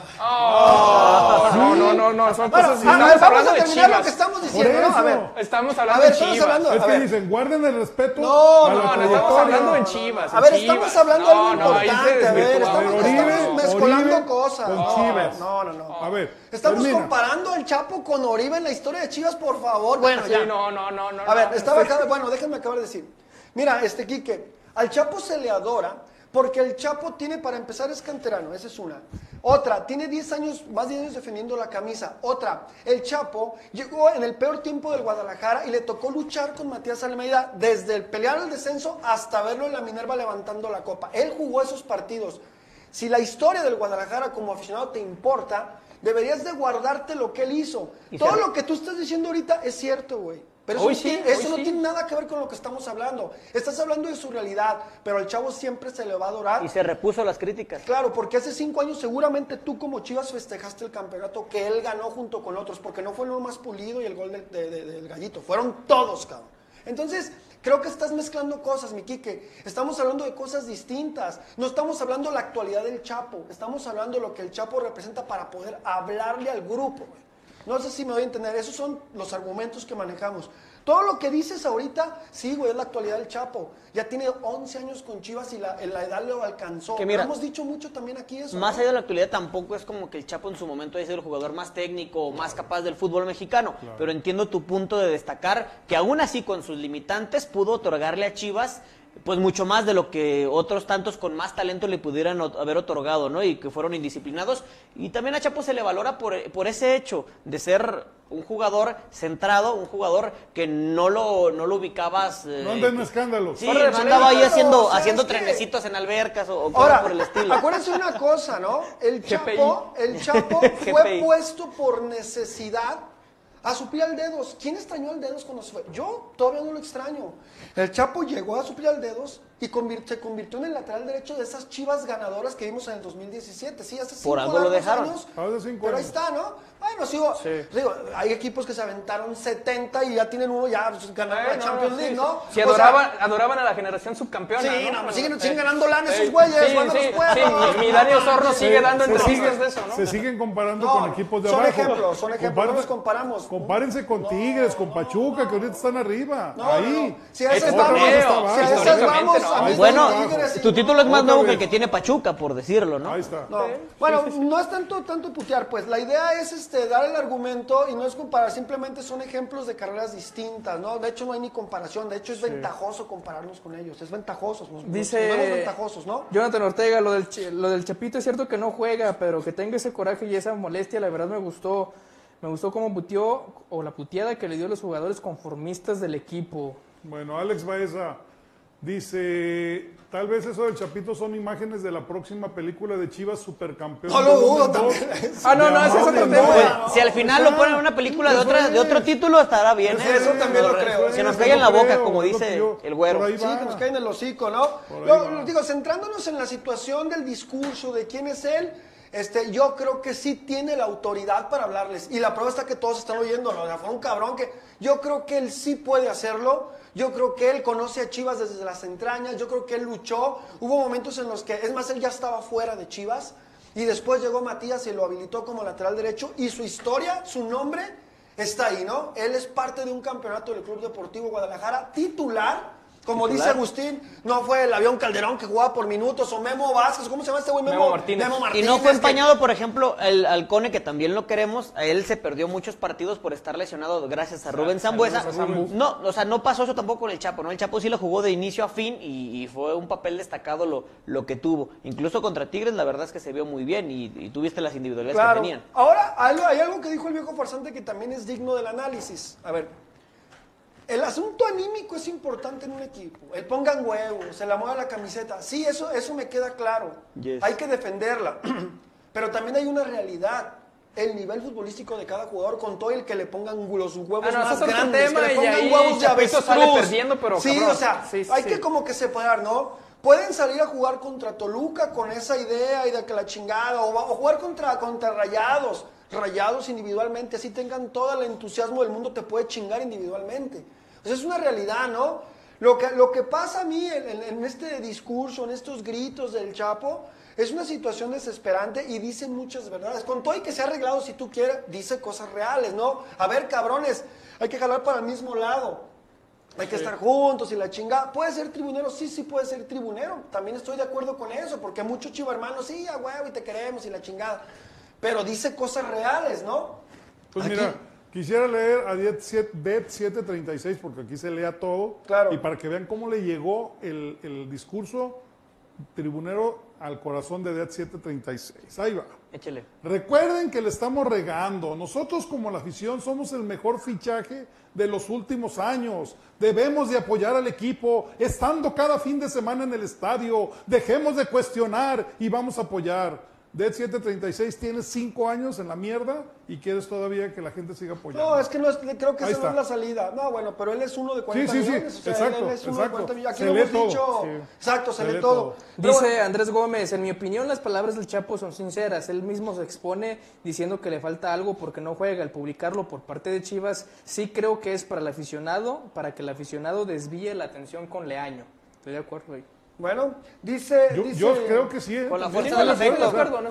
No, son Bueno, cosas. a ver, Estamos vamos hablando a de terminar lo que Chivas. estamos diciendo, ¿no? A ver, Estamos a hablando ver, de estamos Chivas. hablando. Es A que ver. dicen, guarden el respeto No, a la No, estamos trayectoria. hablando en Chivas. A ver, en estamos Chivas. hablando de algo No, ahí se importante. A ver, desvirtuó. estamos mezcolando Oribe cosas. con No, Chivas. no. A ver, Estamos termina. comparando al Chapo con Oribe en la historia de Chivas, por favor. Bueno, Sí, ya. no. A ver, bueno, déjenme acabar de decir. Mira, Quique, al Chapo se le adora porque el Chapo tiene, para empezar, es canterano, esa es una. Otra, tiene 10 años, más de 10 años defendiendo la camisa. Otra, el Chapo llegó en el peor tiempo del Guadalajara y le tocó luchar con Matías Almeida desde el pelear el descenso hasta verlo en la Minerva levantando la copa. Él jugó esos partidos. Si la historia del Guadalajara como aficionado te importa, deberías de guardarte lo que él hizo. Todo lo que tú estás diciendo ahorita es cierto, güey. Pero eso no tiene nada que ver con lo que estamos hablando. Estás hablando de su realidad, pero al Chavo siempre se le va a adorar. Y se repuso las críticas. Claro, porque hace 5 años seguramente tú como Chivas festejaste el campeonato que él ganó junto con otros, porque no fue lo más pulido y el gol del Gallito, fueron todos, cabrón. Entonces, creo que estás mezclando cosas, mi Quique. Estamos hablando de cosas distintas. No estamos hablando de la actualidad del Chapo, estamos hablando de lo que el Chapo representa para poder hablarle al grupo, güey. No sé si me doy a entender, esos son los argumentos que manejamos. Todo lo que dices ahorita, sí, güey, es la actualidad del Chapo. Ya tiene 11 años con Chivas y la edad lo alcanzó. Que mira, hemos dicho mucho también aquí eso. Más allá de la actualidad, tampoco es como que el Chapo en su momento haya sido el jugador más técnico, más capaz del fútbol mexicano. Claro. Pero entiendo tu punto de destacar que aún así con sus limitantes pudo otorgarle a Chivas pues mucho más de lo que otros tantos con más talento le pudieran haber otorgado, ¿no? Y que fueron indisciplinados. Y también a Chapo se le valora por ese hecho de ser un jugador centrado, un jugador que no lo ubicabas. No anda en escándalos. Sí, no andaba ahí haciendo trenecitos en albercas o cosas por el estilo. Acuérdense una cosa, ¿no? El Chapo fue puesto por necesidad a suplir al Dedos. ¿Quién extrañó al Dedos cuando se fue? Yo todavía no lo extraño. El Chapo llegó a suplir al Dedos y se convirtió en el lateral derecho de esas Chivas ganadoras que vimos en el 2017. Sí, hace 5 por algo lo dejaron. años. Pero ahí está, ¿no? Bueno, digo, hay equipos que se aventaron 70 y ya tienen uno ya ganando la Champions League, ¿no? Sí, adoraban a la generación subcampeona. Sí, no, siguen ganando lana esos güeyes, cuando los puedan. Sí, mi Dani Osorno sigue dando entrevistas de eso, ¿no? Se siguen comparando con equipos de abajo. Son ejemplos, no nos comparamos. Compárense con Tigres, con Pachuca, que ahorita están arriba. Ahí. Si a Ese esas torneo, vamos, bueno, tu título es más nuevo que el que tiene Pachuca, por decirlo, ¿no? Ahí está. Bueno, no es tanto putear, pues la idea es dar el argumento y no es comparar, simplemente son ejemplos de carreras distintas, ¿no? De hecho no hay ni comparación, de hecho es ventajoso compararnos con ellos, es ventajoso, nos vemos ventajosos, ¿no? Jonathan Ortega, lo del Chapito es cierto que no juega, pero que tenga ese coraje y esa molestia, la verdad me gustó cómo puteó, o la puteada que le dio a los jugadores conformistas del equipo. Bueno, Alex Baeza dice, tal vez eso del Chapito son imágenes de la próxima película de Chivas Supercampeón. No lo dudo también. Ese es otro tema. Pues, si al final lo ponen en una película de otro título, estará bien. Eso también lo creo. Que nos caiga en la boca, como dice el güero. Sí, que nos cae en el hocico, ¿no? Digo, centrándonos en la situación del discurso, de quién es él, yo creo que sí tiene la autoridad para hablarles. Y la prueba está que todos están oyéndolo. O sea, fue un cabrón que yo creo que él sí puede hacerlo. Yo creo que él conoce a Chivas desde las entrañas. Yo creo que él luchó. Hubo momentos en los que, es más, él ya estaba fuera de Chivas. Y después llegó Matías y lo habilitó como lateral derecho. Y su historia, su nombre, está ahí, ¿no? Él es parte de un campeonato del Club Deportivo Guadalajara, titular. Como dice Agustín, no fue el Avión Calderón que jugaba por minutos, o Memo Vázquez, ¿cómo se llama este güey? Memo Martínez. Y no fue empañado, por ejemplo, el Halcone, que también lo queremos, a él se perdió muchos partidos por estar lesionado gracias a Rubén Sambuesa. No, o sea, no pasó eso tampoco con el Chapo, ¿no? El Chapo sí lo jugó de inicio a fin y fue un papel destacado lo que tuvo. Incluso contra Tigres, la verdad es que se vio muy bien y tuviste las individualidades que tenían. Ahora, hay algo que dijo el viejo farsante que también es digno del análisis. A ver. El asunto anímico es importante en un equipo. El pongan huevos, se la mueva la camiseta. Sí, eso me queda claro. Yes. Hay que defenderla. Pero también hay una realidad. El nivel futbolístico de cada jugador, con todo el que le pongan los huevos más grandes, que le pongan huevos de avestruz. Sale perdiendo, pero sí, cabrón. O sea, hay que como que separar, ¿no? pueden salir a jugar contra Toluca con esa idea y de que la chingada, o jugar contra Rayados. Rayados individualmente, así tengan todo el entusiasmo del mundo, te puede chingar individualmente. O sea, es una realidad, ¿no? Lo que pasa a mí en este discurso, en estos gritos del Chapo, es una situación desesperante y dice muchas verdades. Con todo y que se ha arreglado, si tú quieres, dice cosas reales, ¿no? A ver, cabrones, hay que jalar para el mismo lado. Hay que estar juntos y la chingada. ¿Puede ser tribunero? Sí puede ser tribunero. También estoy de acuerdo con eso, porque muchos chivarmanos, sí, a huevo, y te queremos y la chingada. Pero dice cosas reales, ¿no? Pues aquí, mira, quisiera leer a Det 736 porque aquí se lea todo. Claro. Y para que vean cómo le llegó el discurso tribunero al corazón de Det 736. Ahí va. Échale. Recuerden que le estamos regando. Nosotros como la afición somos el mejor fichaje de los últimos años. Debemos de apoyar al equipo estando cada fin de semana en el estadio. Dejemos de cuestionar y vamos a apoyar. Det 736 tiene 5 años en la mierda y quieres todavía que la gente siga apoyando. No, es que creo que esa no es la salida. No, bueno, pero él es uno de 40 millones. Sí, o sea, exacto, él es uno de 40 millones. Aquí se lo lee hemos todo. dicho. Sí. Exacto, se lee todo. Dice Andrés Gómez, en mi opinión las palabras del Chapo son sinceras. Él mismo se expone diciendo que le falta algo porque no juega. Al publicarlo por parte de Chivas, sí creo que es para el aficionado, para que el aficionado desvíe la atención con Leaño. Estoy de acuerdo ahí. Bueno, dice... Yo creo que sí. Con la Sí, fuerza del afecto.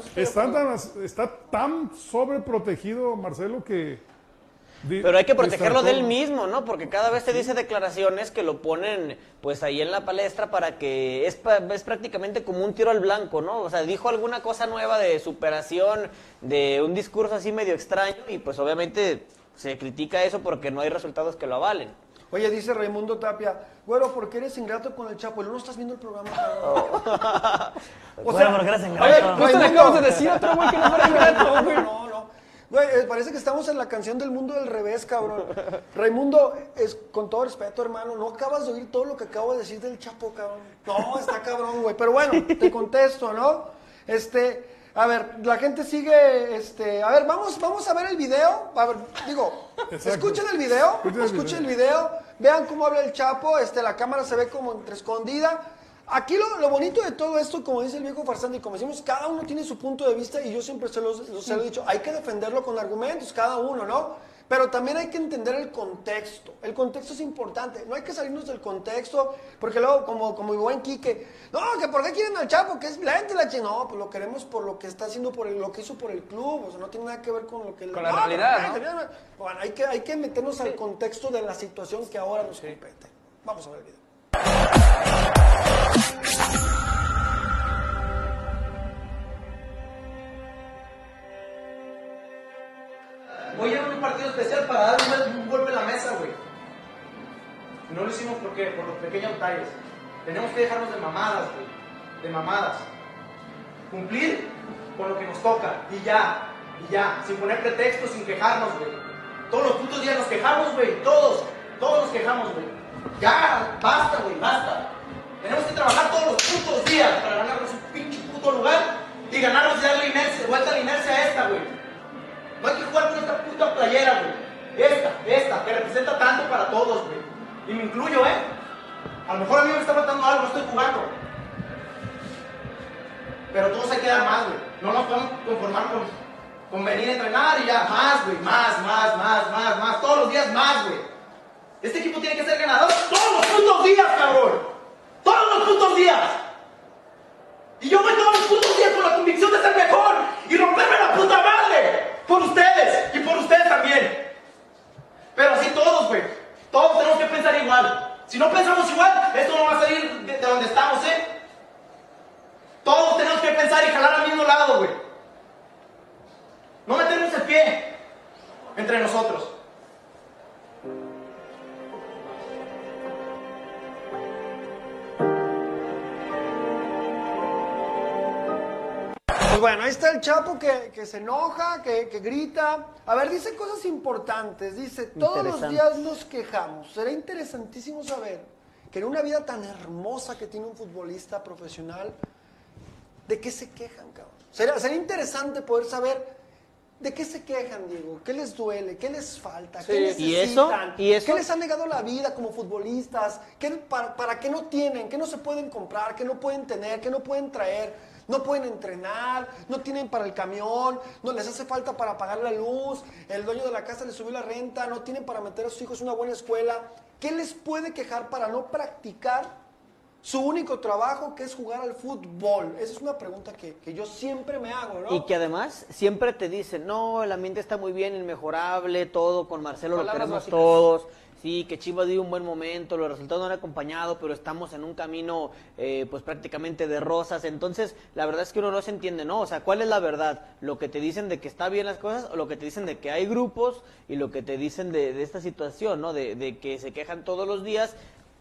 Está tan sobreprotegido, Marcelo, que... Pero hay que protegerlo de él mismo, ¿no? Porque cada vez te dice declaraciones que lo ponen pues ahí en la palestra para que es prácticamente como un tiro al blanco, ¿no? O sea, dijo alguna cosa nueva de superación, de un discurso así medio extraño y pues obviamente se critica eso porque no hay resultados que lo avalen. Oye, dice Raimundo Tapia, güero, ¿por qué eres ingrato con el Chapo? ¿No estás viendo el programa? O sea, ¿por qué eres ingrato? Oye, justo le acabamos de decir a otro güey que no fuera ingrato, güey. No. Güey, parece que estamos en la canción del mundo del revés, cabrón. Raimundo, con todo respeto, hermano, no acabas de oír todo lo que acabo de decir del Chapo, cabrón. No, está cabrón, güey. Pero bueno, te contesto, ¿no? A ver, la gente sigue, a ver, vamos a ver el video. A ver, digo, escuchen el video, escuchen el video, vean cómo habla el Chapo, la cámara se ve como entre escondida. Aquí lo bonito de todo esto, como dice el viejo farsante, y como decimos, cada uno tiene su punto de vista, y yo siempre se lo he dicho, hay que defenderlo con argumentos, cada uno, ¿no? Pero también hay que entender el contexto. El contexto es importante. No hay que salirnos del contexto, porque luego, como mi buen Quique, no, que por qué quieren al Chapo, que es la gente la chingada. No, pues lo queremos por lo que está haciendo, lo que hizo por el club. O sea, no tiene nada que ver con lo que... Con la realidad, ¿no? Bueno, hay que meternos al contexto de la situación que ahora nos compete. Vamos a ver el video. Hoy era un partido especial para darle un golpe en la mesa, güey. No lo hicimos por qué, por los pequeños detalles. Tenemos que dejarnos de mamadas, güey. De mamadas. Cumplir con lo que nos toca. Y ya. Sin poner pretextos, sin quejarnos, güey. Todos los putos días nos quejamos, güey. Todos nos quejamos, güey. Ya, basta, güey, basta. Tenemos que trabajar todos los putos días para ganarnos un pinche puto lugar y ganarnos y darle vuelta a la inercia a esta, güey. No hay que jugar con esta puta playera, güey. Esta, que representa tanto para todos, güey. Y me incluyo, ¿eh? A lo mejor a mí me está faltando algo, no estoy jugando. Pero todos hay que dar más, güey. No nos podemos conformar con venir a entrenar y ya. Más, güey, más. Todos los días más, güey. Este equipo tiene que ser ganador todos los putos días, cabrón. Todos los putos días. Y yo voy todos los putos días con la convicción de ser mejor y romperme la puta madre. Por ustedes y por ustedes también. Pero así todos, güey. Todos tenemos que pensar igual. Si no pensamos igual, esto no va a salir de donde estamos, ¿eh? Todos tenemos que pensar y jalar al mismo lado, güey. No meternos el pie entre nosotros. Pues bueno, ahí está el Chapo que se enoja, que grita. A ver, dice cosas importantes. Dice, todos los días nos quejamos. Será interesantísimo saber que en una vida tan hermosa que tiene un futbolista profesional, ¿de qué se quejan, cabrón? Sería interesante poder saber ¿De qué se quejan, Diego? ¿Qué les duele? ¿Qué les falta? Sí. ¿Qué necesitan? ¿Y eso? ¿Qué les ha negado la vida como futbolistas? ¿Para qué no tienen? ¿Qué no se pueden comprar? ¿Qué no pueden tener? ¿Qué no pueden traer? No pueden entrenar, no tienen para el camión, no les hace falta para pagar la luz, el dueño de la casa les subió la renta, no tienen para meter a sus hijos en una buena escuela. ¿Qué les puede quejar para no practicar su único trabajo, que es jugar al fútbol? Esa es una pregunta que yo siempre me hago, ¿no? Y que además siempre te dicen, no, el ambiente está muy bien, inmejorable, todo, con Marcelo Palabras lo queremos básicas. todos. Sí, que Chivas dio un buen momento, los resultados no han acompañado, pero estamos en un camino pues prácticamente de rosas. Entonces, la verdad es que uno no se entiende, ¿no? O sea, ¿cuál es la verdad? ¿Lo que te dicen de que está bien las cosas o lo que te dicen de que hay grupos y lo que te dicen de esta situación, ¿no? De que se quejan todos los días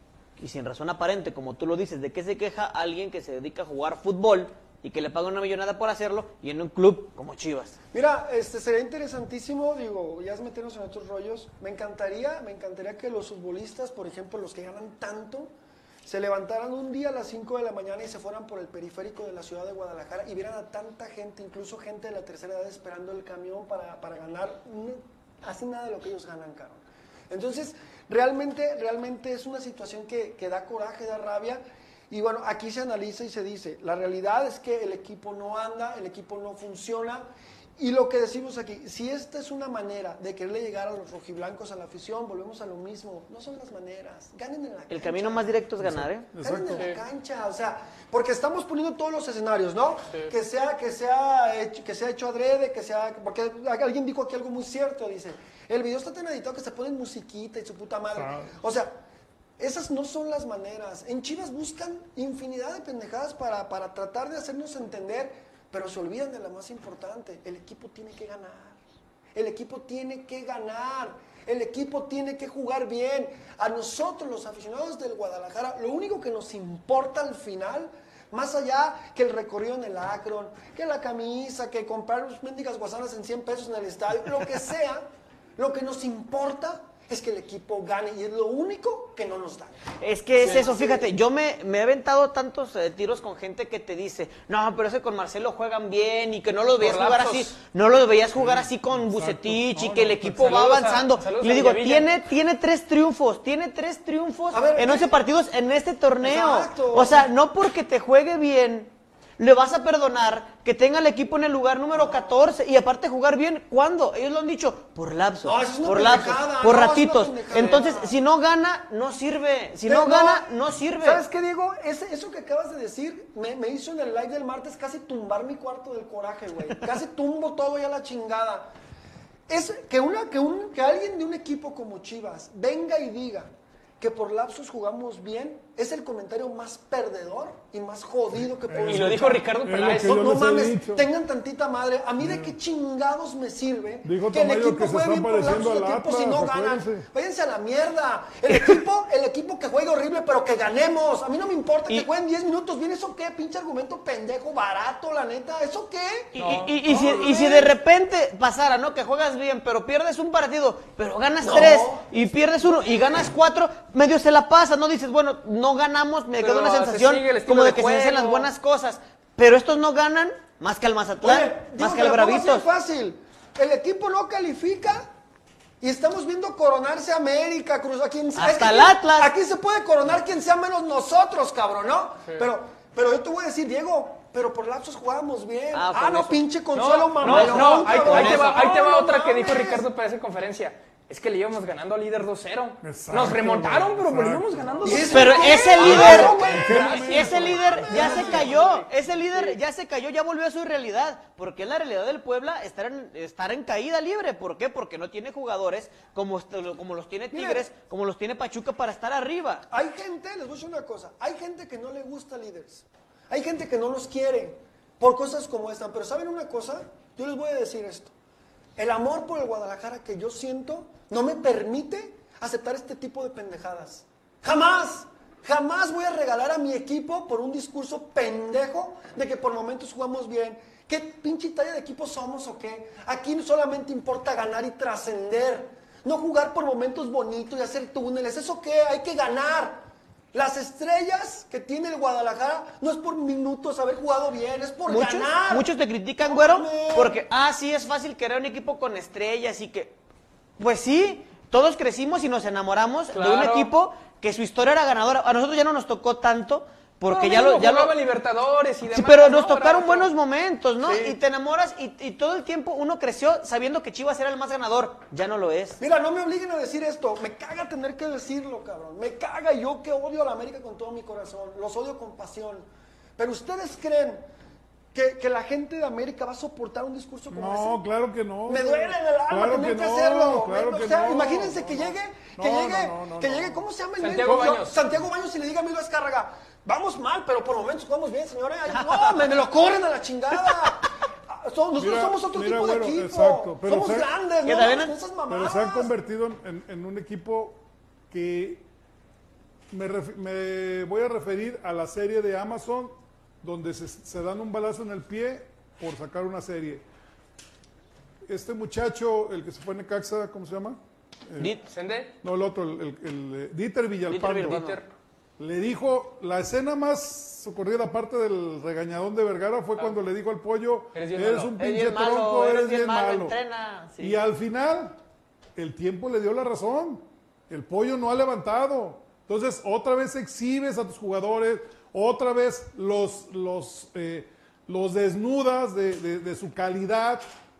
y sin razón aparente, como tú lo dices, ¿de qué se queja alguien que se dedica a jugar fútbol y que le paga una millonada por hacerlo y en un club como Chivas? Mira, sería interesantísimo, digo, ya es meternos en otros rollos. Me encantaría que los futbolistas, por ejemplo, los que ganan tanto, se levantaran un día a las 5 de la mañana y se fueran por el periférico de la ciudad de Guadalajara y vieran a tanta gente, incluso gente de la tercera edad, esperando el camión para ganar así nada de lo que ellos ganan, cabrón. Entonces, realmente es una situación que da coraje, da rabia. Y bueno, aquí se analiza y se dice, la realidad es que el equipo no anda, el equipo no funciona. Y lo que decimos aquí, si esta es una manera de quererle llegar a los rojiblancos, a la afición, volvemos a lo mismo. No son las maneras, ganen en la cancha. El camino más directo es ganar, ¿eh? Ganen en la cancha, o sea, porque estamos poniendo todos los escenarios, ¿no? Sí. Que sea hecho adrede, porque alguien dijo aquí algo muy cierto, dice, el video está tan editado que se ponen musiquita y su puta madre. O sea, esas no son las maneras. En Chivas buscan infinidad de pendejadas para tratar de hacernos entender, pero se olvidan de la más importante. El equipo tiene que ganar. El equipo tiene que ganar. El equipo tiene que jugar bien. A nosotros, los aficionados del Guadalajara, lo único que nos importa al final, más allá que el recorrido en el Akron, que la camisa, que comprar unas mendigas guasanas en 100 pesos en el estadio, lo que sea, lo que nos importa es que el equipo gane y es lo único que no nos da. Es que es eso, fíjate, yo me he aventado tantos tiros con gente que te dice, no, pero ese con Marcelo juegan bien y que no los veías jugar así, no los veías jugar así con Vucetich y que el equipo va avanzando. Y le digo, tiene 3 triunfos, en 11 partidos en este torneo. Exacto. O sea, no porque te juegue bien le vas a perdonar que tenga el equipo en el lugar número 14 y aparte jugar bien. ¿Cuándo? Ellos lo han dicho, por lapsos, No, eso es una por lapsos, pendejada, por no, es una ratitos. pendejada. Entonces, si no gana, no sirve. Si Pero no gana, no sirve. ¿Sabes qué, Diego? Eso que acabas de decir me hizo en el live del martes casi tumbar mi cuarto del coraje, güey. Casi tumbo todo ya la chingada. Es que alguien de un equipo como Chivas venga y diga que por lapsos jugamos bien, es el comentario más perdedor y más jodido que puedo Y lo dijo Ricardo Peláez. No mames, tengan tantita madre. ¿A mí de qué chingados me sirve Dijo que el Tamayo equipo que se juegue bien está por pareciendo lapsos de al tiempo si no Atlas, ganan? acuérdense. Váyanse a la mierda. El equipo que juegue horrible, pero que ganemos. A mí no me importa que jueguen 10 minutos bien. ¿Eso qué? Pinche argumento pendejo, barato, la neta. ¿Eso qué? Y si de repente pasara, ¿no? Que juegas bien, pero pierdes un partido, pero ganas 3 y pierdes 1 y ganas 4, medio se la pasa, ¿no? Dices, bueno, no ganamos, me queda una sensación como de que se hacen las buenas cosas. Pero estos no ganan más que al Mazatlán, Oye, digo, más que al te la pongo así Bravitos. fácil. El equipo no califica y estamos viendo coronarse América, Cruz. Hasta el Atlas. Aquí se puede coronar quien sea menos nosotros, cabrón, ¿no? Sí. Pero yo te voy a decir, Diego, pero por lapsos jugábamos bien. No, eso. pinche Consuelo No, ahí te va otra que mames. dijo Ricardo Pérez en conferencia. Es que le íbamos ganando al líder 2-0. Exacto, Nos remontaron, pero exacto. le íbamos ganando 2-0. Pero ese Ese líder ya se cayó. Ese líder ya se cayó, ya volvió a su realidad. Porque es la realidad del Puebla estar en caída libre. ¿Por qué? Porque no tiene jugadores como los tiene Tigres, como los tiene Pachuca para estar arriba. Hay gente, les voy a decir una cosa, hay gente que no le gusta líderes. Hay gente que no los quiere por cosas como esta. Pero ¿saben una cosa? Yo les voy a decir esto. El amor por el Guadalajara que yo siento no me permite aceptar este tipo de pendejadas. ¡Jamás! Jamás voy a regalar a mi equipo por un discurso pendejo de que por momentos jugamos bien. ¿Qué pinche talla de equipo somos o qué? Aquí solamente importa ganar y trascender. No jugar por momentos bonitos y hacer túneles. ¿Eso qué? Hay que ganar. Las estrellas que tiene el Guadalajara no es por minutos haber jugado bien, es por ganar. Muchos te critican, güero, porque, sí, es fácil crear un equipo con estrellas y que... Pues sí, todos crecimos y nos enamoramos de un equipo que su historia era ganadora. A nosotros ya no nos tocó tanto, porque ya lo Libertadores y demás. Sí, pero nos tocaron buenos momentos, ¿no? Sí. Y te enamoras y todo el tiempo uno creció sabiendo que Chivas era el más ganador. Ya no lo es. Mira, no me obliguen a decir esto. Me caga tener que decirlo, cabrón. Me caga, yo que odio a la América con todo mi corazón. Los odio con pasión. Pero ¿ustedes creen que la gente de América va a soportar un discurso como ese? No, claro que no. Me duele en el alma tener que hacerlo. Imagínense que llegue, ¿cómo se llama el Santiago Baños. Santiago Baños y le diga a Emilio Azcárraga, vamos mal, pero por momentos jugamos bien, señores. No, me lo corren a la chingada. Nosotros somos otro tipo de equipo. Exacto, pero somos grandes, ¿no? Pero se han convertido en un equipo que me voy a referir a la serie de Amazon, donde se dan un balazo en el pie por sacar una serie. Este muchacho, el que se fue en Necaxa, ¿cómo se llama? ¿Sende? No, el otro, el Dieter Villalpando. Le dijo, la escena más socorrida, aparte del regañadón de Vergara, fue cuando le dijo al Pollo, eres un pinche tronco, eres bien malo. Entrena, sí. Y al final, el tiempo le dio la razón. El Pollo no ha levantado. Entonces, otra vez exhibes a tus jugadores, otra vez los desnudas de su calidad.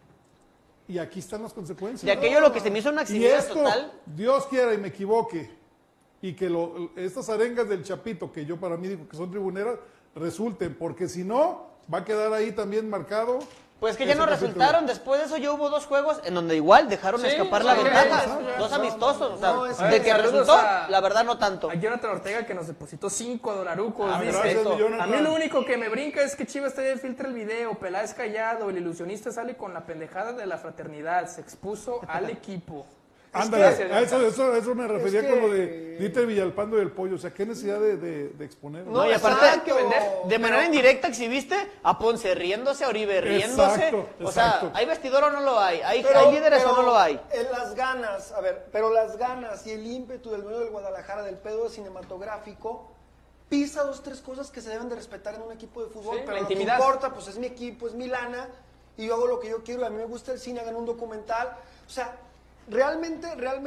Y aquí están las consecuencias. De aquello lo que se me hizo una accidente total. Dios quiera y me equivoque, y que estas arengas del Chapito, que yo para mí digo que son tribuneras, resulten, porque si no, va a quedar ahí también marcado. Pues que ya no resultaron, después de eso ya hubo 2 juegos en donde igual dejaron escapar la ventaja, 2 amistosos, de que resultó, la verdad no tanto. A Jonathan Ortega que nos depositó $5, dice, gracias, a mí lo único que me brinca es que Chivas todavía filtra el video, Peláez callado, el ilusionista sale con la pendejada de la fraternidad, se expuso al equipo. Ándale, a eso me refería con lo de Dieter Villalpando y el Pollo. O sea, qué necesidad de exponer. No, y aparte, de manera indirecta exhibiste a Ponce riéndose, a Oribe riéndose. O sea, ¿hay vestidor o no lo hay? ¿Hay líderes o no lo hay? Las ganas, pero las ganas y el ímpetu del dueño del Guadalajara, del pedo cinematográfico, pisa 2, 3 cosas que se deben de respetar en un equipo de fútbol. Pero lo que importa, pues es mi equipo, es mi lana, y yo hago lo que yo quiero. A mí me gusta el cine, hagan un documental. O sea, realmente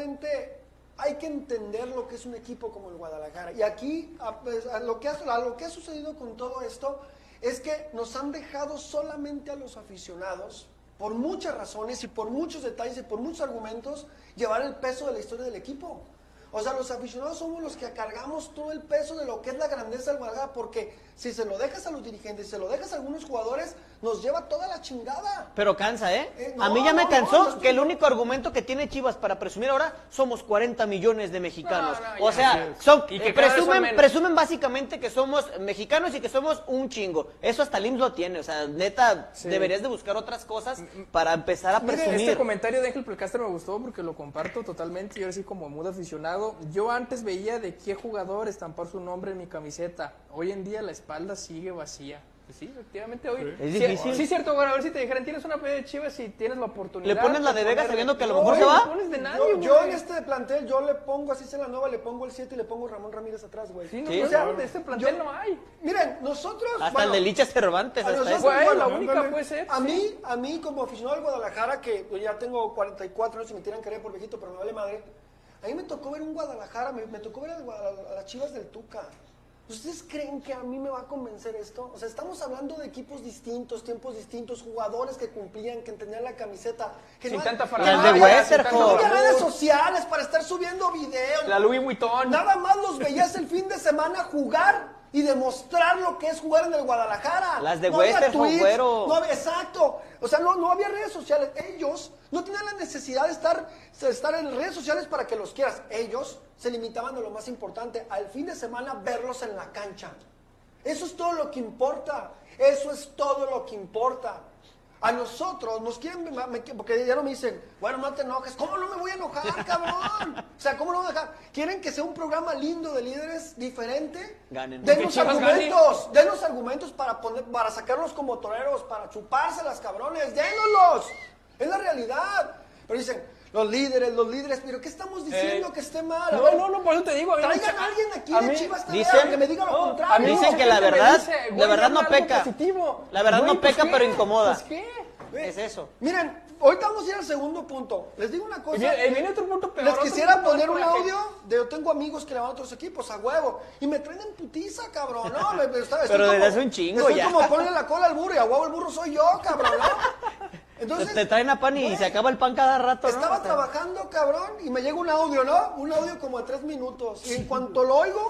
hay que entender lo que es un equipo como el Guadalajara. Y aquí, lo que ha sucedido con todo esto es que nos han dejado solamente a los aficionados, por muchas razones y por muchos detalles y por muchos argumentos, llevar el peso de la historia del equipo. O sea, los aficionados somos los que cargamos todo el peso de lo que es la grandeza del Guadalajara, porque si se lo dejas a los dirigentes, si se lo dejas a algunos jugadores, nos lleva toda la chingada. Pero cansa, a mí ya me cansó que el único argumento que tiene Chivas para presumir ahora somos 40 millones de mexicanos. O sea, presumen básicamente que somos mexicanos y que somos un chingo. Eso hasta el IMSS lo tiene. O sea, neta, deberías de buscar otras cosas para empezar a presumir. Mire, este comentario de Ángel Pelcastre me gustó porque lo comparto totalmente. Yo así como muy aficionado. Yo antes veía de qué jugador estampar su nombre en mi camiseta. Hoy en día la espalda sigue vacía. Sí, efectivamente hoy. Es difícil. Sí, cierto, bueno, a ver si te dijeran, tienes una playa de Chivas si tienes la oportunidad. ¿Le pones la de Vega sabiendo que a lo mejor se va? No pones de nadie, yo en este plantel, yo le pongo, así se la nueva, le pongo el 7 y le pongo Ramón Ramírez atrás, güey. Sí, no, o sea, de este plantel no hay. Miren, nosotros... Hasta el de Licha Cervantes. La única puede ser. A mí como aficionado al Guadalajara, que ya tengo 44 años y me tiran querer por viejito, pero me vale madre. A mí me tocó ver un Guadalajara, me tocó ver a las Chivas del Tuca. ¿Ustedes creen que a mí me va a convencer esto? O sea, estamos hablando de equipos distintos, tiempos distintos, jugadores que cumplían, que entendían la camiseta. Que sin no tanta no había redes sociales para estar subiendo videos. La Louis Vuitton. Nada más los veías el fin de semana jugar y demostrar lo que es jugar en el Guadalajara. Las de Westerhoff, güero. Exacto. O sea, no había redes sociales. Ellos no tenían la necesidad de estar en redes sociales para que los quieras. Ellos se limitaban a lo más importante, al fin de semana verlos en la cancha. Eso es todo lo que importa. Eso es todo lo que importa. A nosotros nos quieren, porque ya no me dicen, bueno, no te enojes. ¿Cómo no me voy a enojar, cabrón? O sea, ¿cómo no me voy a enojar? ¿Quieren que sea un programa lindo de líderes diferente? Ganen. Denos argumentos para sacarlos como toreros, para chupárselas, cabrones. Dénoslos. Es la realidad. Pero dicen, Los líderes, pero ¿qué estamos diciendo que esté mal? A No, ver, por eso te digo. A mí traigan a alguien aquí a de mí- Chivas TV dicen- que me diga lo a contrario. mí Dicen mucha que la gente me verdad- dice, la güey, verdad no habla algo peca. positivo. La verdad Güey, no pues, peca, ¿qué? pero incomoda. Pues, ¿qué? Es eso. Miren, ahorita vamos a ir al segundo punto. Les digo una cosa. Y viene otro punto peor. Les otro quisiera punto poner con un la gente. audio de yo tengo amigos que le van a otros equipos a huevo y me traen en putiza, cabrón. No, estoy Pero desde como- hace un chingo estoy ya. como ponle la cola al burro y a huevo el burro soy yo, cabrón. ¿No? Entonces, Te traen a pan y güey, se acaba el pan cada rato, ¿no? estaba O sea, trabajando, cabrón, y me llega un audio, ¿no? Un audio como de 3 minutos. Y en cuanto lo oigo,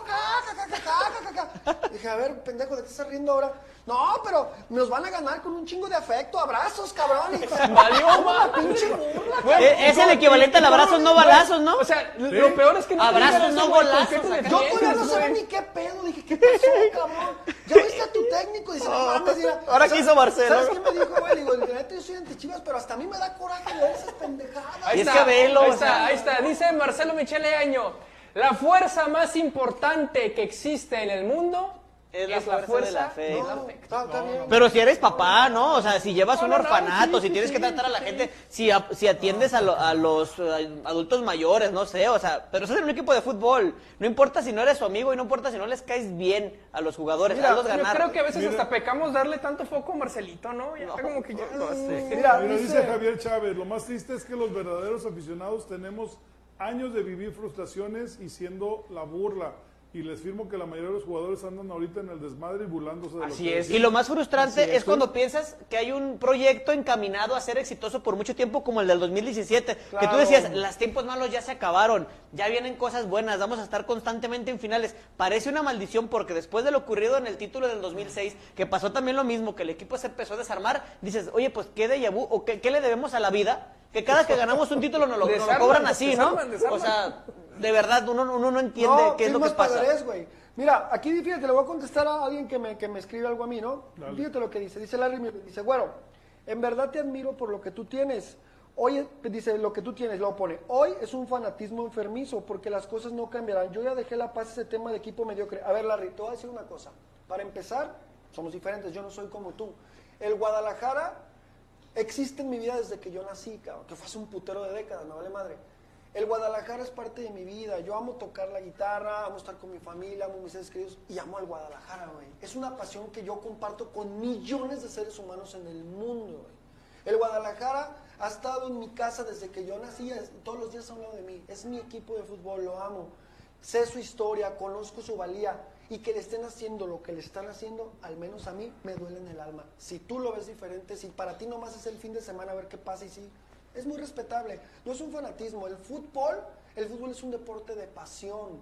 dije, a ver, pendejo, ¿de qué estás riendo ahora? No, pero nos van a ganar con un chingo de afecto, abrazos, cabrón. Y, Valió, ¿cómo la ma. pinche burla, Güey, Es el equivalente al abrazos, no balazos, ¿no? O sea, lo peor es que no te Abrazos, digan no eso, güey, ¿con golazos, qué te acá. Yo defiendes, todavía no sabía güey? ni qué pedo. Dije, ¿qué pasó, cabrón? Ya viste a tu técnico. Dice, no mames. Mira, Ahora ¿sabes- quiso Marcelo. ¿Sabes qué me dijo, güey? Digo, la neta, yo soy anti-Chivas, pero hasta a mí me da coraje leer esas pendejadas. Y es que velo, ahí o sea, está. Dice Marcelo Michele Año, la fuerza más importante que existe en el mundo Es la fuerza de la fe. del No, afecto. está bien. Pero si eres papá, ¿no? O sea, si llevas un No, orfanato, sí, si tienes sí, que tratar a la sí. gente, si atiendes a los adultos mayores, no sé, o sea, pero estás en un equipo de fútbol. No importa si no eres su amigo y no importa si no les caes bien a los jugadores, Mira, hazlos Yo ganar. creo que a veces hasta pecamos darle tanto foco a Marcelito, ¿no? Ya como que ya no sé. Mira, Mira, dice dice, Javier Chávez, lo más triste es que los verdaderos aficionados tenemos años de vivir frustraciones y siendo la burla. Y les firmo que la mayoría de los jugadores andan ahorita en el desmadre y burlándose de Así lo que es. Y lo más frustrante Así es, es cuando piensas que hay un proyecto encaminado a ser exitoso por mucho tiempo como el del 2017, que tú Claro. decías, los tiempos malos ya se acabaron, ya vienen cosas buenas, vamos a estar constantemente en finales. Parece una maldición porque después de lo ocurrido en el título del 2006, que pasó también lo mismo, que el equipo se empezó a desarmar, dices, oye, pues qué déjà vu o qué le debemos a la vida, que cada que ganamos un título nos lo Desarman, cobran así, ¿no? desarman. O sea, de verdad, uno no entiende qué es lo que firmas pasa. pagarés, güey. Mira, aquí fíjate, le voy a contestar a alguien que me escribe algo a mí, ¿no? Fíjate lo que dice. Dice Larry Miller, dice, güero, en verdad te admiro por lo que tú tienes. Hoy, dice, lo que tú tienes, luego pone, hoy es un fanatismo enfermizo porque las cosas no cambiarán. Yo ya dejé la paz ese tema de equipo mediocre. A ver, Larry, te voy a decir una cosa. Para empezar, somos diferentes, yo no soy como tú. El Guadalajara existe en mi vida desde que yo nací, cabrón, que fue hace un putero de décadas, me vale madre. El Guadalajara es parte de mi vida. Yo amo tocar la guitarra, amo estar con mi familia, amo mis seres queridos y amo al Guadalajara, güey. Es una pasión que yo comparto con millones de seres humanos en el mundo, güey. El Guadalajara ha estado en mi casa desde que yo nací, todos los días ha hablado de mí. Es mi equipo de fútbol, lo amo. Sé su historia, conozco su valía y que le estén haciendo lo que le están haciendo, al menos a mí, me duele en el alma. Si tú lo ves diferente, si para ti nomás es el fin de semana a ver qué pasa y sí, es muy respetable. No es un fanatismo. El fútbol es un deporte de pasión.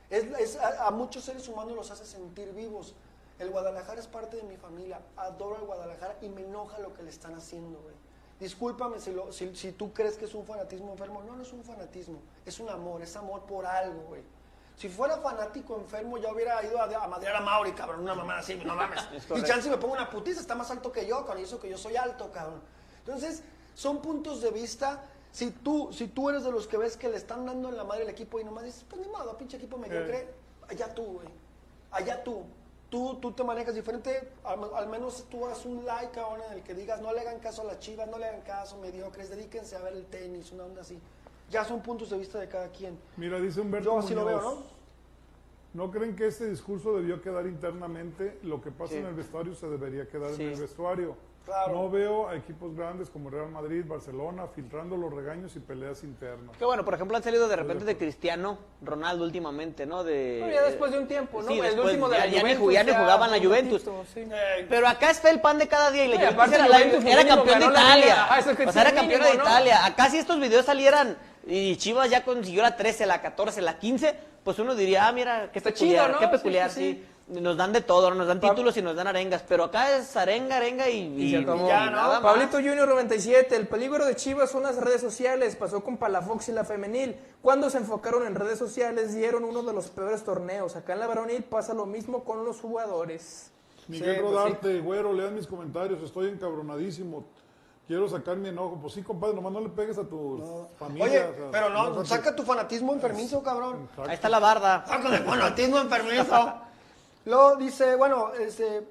A muchos seres humanos los hace sentir vivos. El Guadalajara es parte de mi familia. Adoro al Guadalajara y me enoja lo que le están haciendo, güey. Discúlpame si tú crees que es un fanatismo enfermo. No, no es un fanatismo. Es un amor. Es amor por algo, güey. Si fuera fanático enfermo, ya hubiera ido a madrear a Mauri, cabrón. Una mamá así, no mames. Y chance me pongo una putiza, está más alto que yo, cabrón. Y eso que yo soy alto, cabrón. Entonces, son puntos de vista. Si tú eres de los que ves que le están dando en la madre al equipo y nomás dices, pues ni modo, pinche equipo mediocre, allá tú, güey. Allá tú. Tú te manejas diferente, al menos tú haz un like ahora en el que digas, no le hagan caso a las Chivas, no le hagan caso, mediocres, dedíquense a ver el tenis, una onda así. Ya son puntos de vista de cada quien. Mira, dice Humberto Yo así lo Muñoz, veo, ¿no? ¿No creen que este discurso debió quedar internamente? Lo que pasa Sí. en el vestuario se debería quedar Sí. en el vestuario. Claro. No veo a equipos grandes como Real Madrid, Barcelona, filtrando los regaños y peleas internas. Que bueno, por ejemplo, han salido de repente de Cristiano Ronaldo últimamente, ¿no? No, ya después de un tiempo, ¿no? Sí, El después último de la ya ni Juventus, jugaban la un Juventus. ratito, sí. Pero acá está el pan de cada día y la Sí, Juventus aparte era, la Juventus era mínimo campeón de ganó la Italia. Liga. Ah, eso es que O sí, sea, era mínimo, campeón de ¿no? Italia. Acá si estos videos salieran y Chivas ya consiguió la 13, la 14, la 15, pues uno diría, mira, qué Está peculiar, chido, ¿no? qué Sí, peculiar, sí, sí. Nos dan de todo, nos dan títulos y nos dan arengas, pero acá es arenga Y se acabó. ya, nada más. Pablito Junior 97, el peligro de Chivas son las redes sociales, pasó con Palafox y la femenil. Cuando se enfocaron en redes sociales dieron uno de los peores torneos. Acá en la varonil pasa lo mismo con los jugadores. Miguel Sí, pues Rodarte, güero, lean mis comentarios, estoy encabronadísimo. Quiero sacar mi enojo. Pues sí, compadre, nomás no le pegues a tu familia. Oye, o sea, pero no, saques- saca tu fanatismo enfermizo, cabrón. Ahí está la barda. Saca el fanatismo enfermizo. Luego dice, bueno,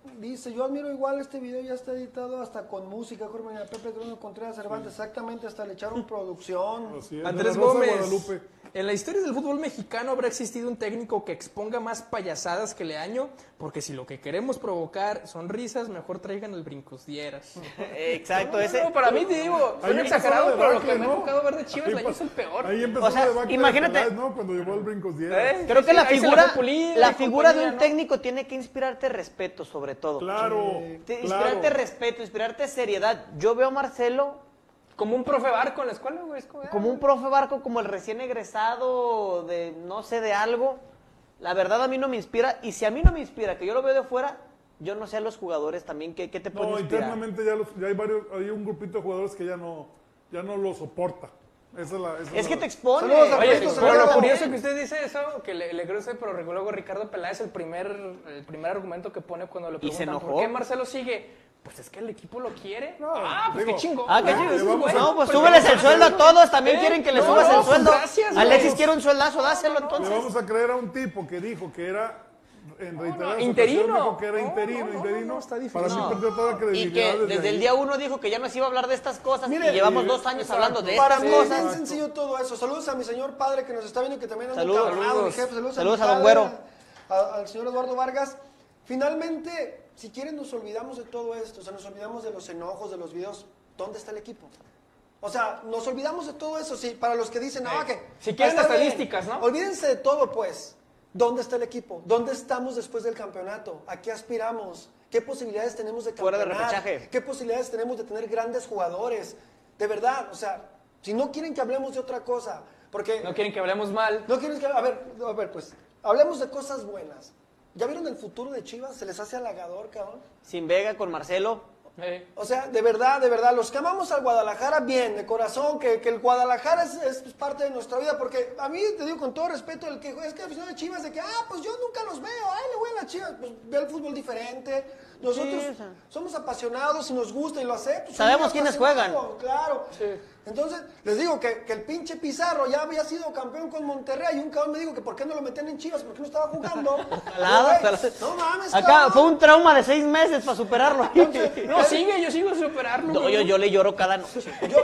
dice, yo admiro igual este video, ya está editado hasta con música, Cormina, Pepe Trueno Contreras Cervantes, exactamente, hasta le echaron producción. Así es, Andrés de la Rosa Gómez, Guadalupe. en la historia del fútbol mexicano habrá existido un técnico que exponga más payasadas que Leaño, porque si lo que queremos provocar son risas, mejor traigan el brincosdieras. Exacto, No, para mí te digo, Ahí son empezó exagerados, la pero lo debacle, que me ha ¿no? tocado ver de Chivas, Ahí Leaño es el peor. Ahí empezó O sea, la debacle de imagínate- Peláez, ¿no? Cuando llevó el brincos 10. Creo que la ahí se la figura, fue Pulido la y figura de compañía, un ¿no? técnico tiene que inspirarte respeto, sobre todo. Claro, Inspirarte claro. respeto, inspirarte seriedad. Yo veo a Marcelo Como un profe barco en la escuela, güey. Es como un profe barco, como el recién egresado de, no sé, de algo. La verdad a mí no me inspira. Y si a mí no me inspira, que yo lo veo de fuera, yo no sé a los jugadores también qué te puede No, inspirar. internamente ya hay un grupito de jugadores que ya no lo soporta. Esa es Es la- que te expone. Saludos a Oye, Cristo, pero lo saludos. curioso que usted dice eso, que le creo que pero luego Ricardo Peláez el primer argumento que pone cuando le Y se preguntan enojó. ¿por qué Marcelo sigue? Pues es que el equipo lo quiere. No, Pues digo, qué chingón. Ah, qué ¿no? chido. Dices, vamos güey, a- No, pues pero súbeles el gracias, sueldo a güey. todos. También quieren que le No, subas no, el sueldo. pues gracias, güey. Alexis quiere un sueldazo, dáselo Le entonces. vamos a creer a un tipo que dijo que era en reiteradas interino. ocasiones dijo que era No, interino. no, está difícil. Para mí No. perdió toda la Y credibilidad. que desde el ahí. día 1 dijo que ya no se iba a hablar de estas cosas. Mire, y llevamos sí, 2 años exacto. hablando de Para estas mí es cosas. bien sencillo todo eso. Saludos a mi señor padre que nos está viendo y que también anda Saludos. encabronado, mi jefe. Saludos Saludos mi a don padre, Güero. al señor Eduardo Vargas. Finalmente, si quieren nos olvidamos de todo esto. O sea, nos olvidamos de los enojos, de los videos. ¿Dónde está el equipo? O sea, nos olvidamos de todo eso. Sí, para los que dicen, no, que... Si quieren está bien. estadísticas, ¿no? Olvídense de todo, pues. ¿Dónde está el equipo? ¿Dónde estamos después del campeonato? ¿A qué aspiramos? ¿Qué posibilidades tenemos de Fuera de campeonar? repechaje. ¿Qué posibilidades tenemos de tener grandes jugadores? De verdad, o sea, si no quieren que hablemos de otra cosa, porque... No quieren que hablemos mal. No quieren que... A ver, pues, hablemos de cosas buenas. ¿Ya vieron el futuro de Chivas? ¿Se les hace halagador, cabrón? Sin Vega, con Marcelo. O sea, de verdad, los que amamos al Guadalajara, bien, de corazón, que el Guadalajara es parte de nuestra vida, porque a mí, te digo con todo respeto, el que es que aficionado de Chivas, de que, pues yo nunca los veo, le voy a las Chivas, pues ve el fútbol diferente, nosotros Sí, o sea. somos apasionados y nos gusta y lo acepto. Sabemos quiénes juegan. Claro. Sí. Entonces, les digo que el pinche Pizarro ya había sido campeón con Monterrey y un cabrón me dijo que por qué no lo metían en Chivas, porque no estaba jugando. Ojalá, Güey, ojalá. no mames, Acá cabrón. fue un trauma de 6 meses para superarlo. No, yo sigo sin superarlo. No, güey. yo le lloro cada noche.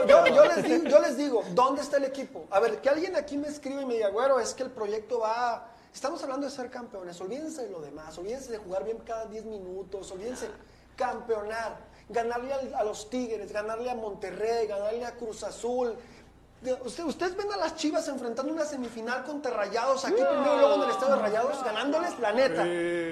Yo les digo, ¿dónde está el equipo? A ver, que alguien aquí me escribe y me diga, güero, es que el proyecto va... Estamos hablando de ser campeones, olvídense de lo demás, olvídense de jugar bien cada 10 minutos, olvídense campeonar, ganarle a los Tigres, ganarle a Monterrey, ganarle a Cruz Azul. Ustedes ven a las Chivas enfrentando una semifinal contra Rayados aquí primero y luego en el estadio de Rayados, ganándoles la neta.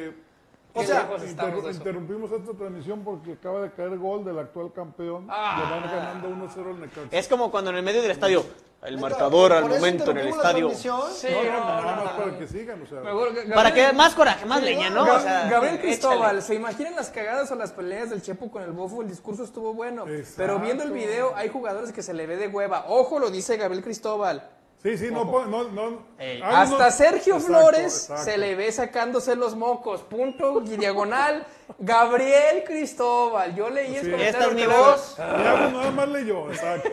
O sea, interrumpimos esta transmisión porque acaba de caer gol del actual campeón. Le van ganando 1-0 al Necaxa. Es como cuando en el medio del estadio, el neta, marcador al por eso momento en el interrumpimos la estadio. transmisión. Sí, Nada más para que sigan, o sea. Para que más coraje, más leña, ¿no? O sea, Gabriel échale. Cristóbal, ¿se imaginan las cagadas o las peleas del Chepo con el Bofo? El discurso estuvo bueno. Exacto. Pero viendo el video, hay jugadores que se le ve de hueva. Ojo, lo dice Gabriel Cristóbal. Sí, no. Hasta Sergio Exacto, Flores exacto. se le ve sacándose los mocos. Punto y diagonal. Gabriel Cristóbal. Yo leí el Sí. comentario. Esta es mi que luego- voz. Nada más leyó, exacto.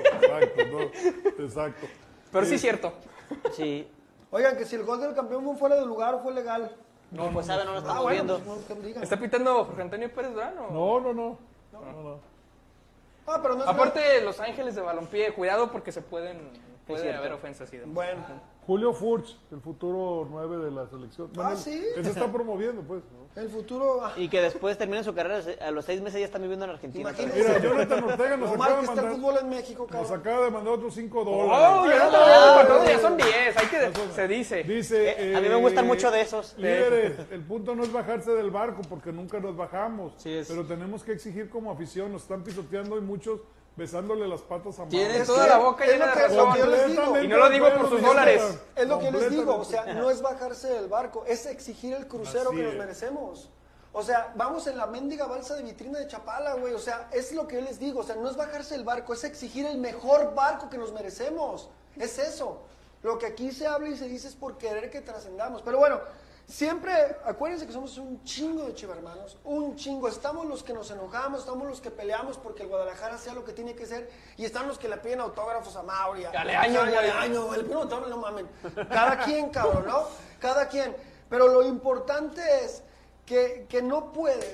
Pero sí es cierto. Sí. Oigan, que si el gol del campeón fue fuera de lugar o fue legal. No, pues sabe, no lo estamos bueno, viendo. pues, no, que digan. ¿Está pitando Jorge Antonio Pérez Durán o? No. Pero no es Aparte, Los Ángeles de Balompié, cuidado porque puede cierto. haber ofensas y demás. Bueno. Julio Furch, el futuro 9 de la selección. Bueno, ¿sí? Él se está promoviendo, pues. ¿no? El futuro... Y que después terminen su carrera, a los 6 meses ya están viviendo en Argentina. Imagínate. Mira, Jonathan Ortega nos Lo acaba mal de que está el mandar. fútbol en México, Nos cabrón. acaba de mandar otros $5. Oh, yo no te veo, ya son 10, se dice. Dice, a mí me gustan mucho de esos. Líderes, el punto no es bajarse del barco porque nunca nos bajamos. Sí es. Pero tenemos que exigir como afición. Nos están pisoteando y muchos besándole las patas a Mauro. Tiene Es toda que la boca es llena lo de que- lo razón. que yo les digo. Completamente Y no lo digo de por acuerdo, sus dólares. Es lo que yo les digo, o Completamente. sea, no es bajarse del barco, es exigir el crucero Así que nos es. merecemos. O sea, vamos en la mendiga balsa de vitrina de Chapala, güey. O sea, es lo que yo les digo. O sea, no es bajarse del barco, es exigir el mejor barco que nos merecemos. Es eso. Lo que aquí se habla y se dice es por querer que trascendamos. Pero bueno, siempre, acuérdense que somos un chingo de chivarmanos, un chingo. Estamos los que nos enojamos, estamos los que peleamos porque el Guadalajara sea lo que tiene que ser. Y están los que le piden autógrafos a Mauri. A Leaño, güey. Leaño, el primo autógrafo, no mamen. Cada quien, cabrón, ¿no? Cada quien. Pero lo importante es que no puedes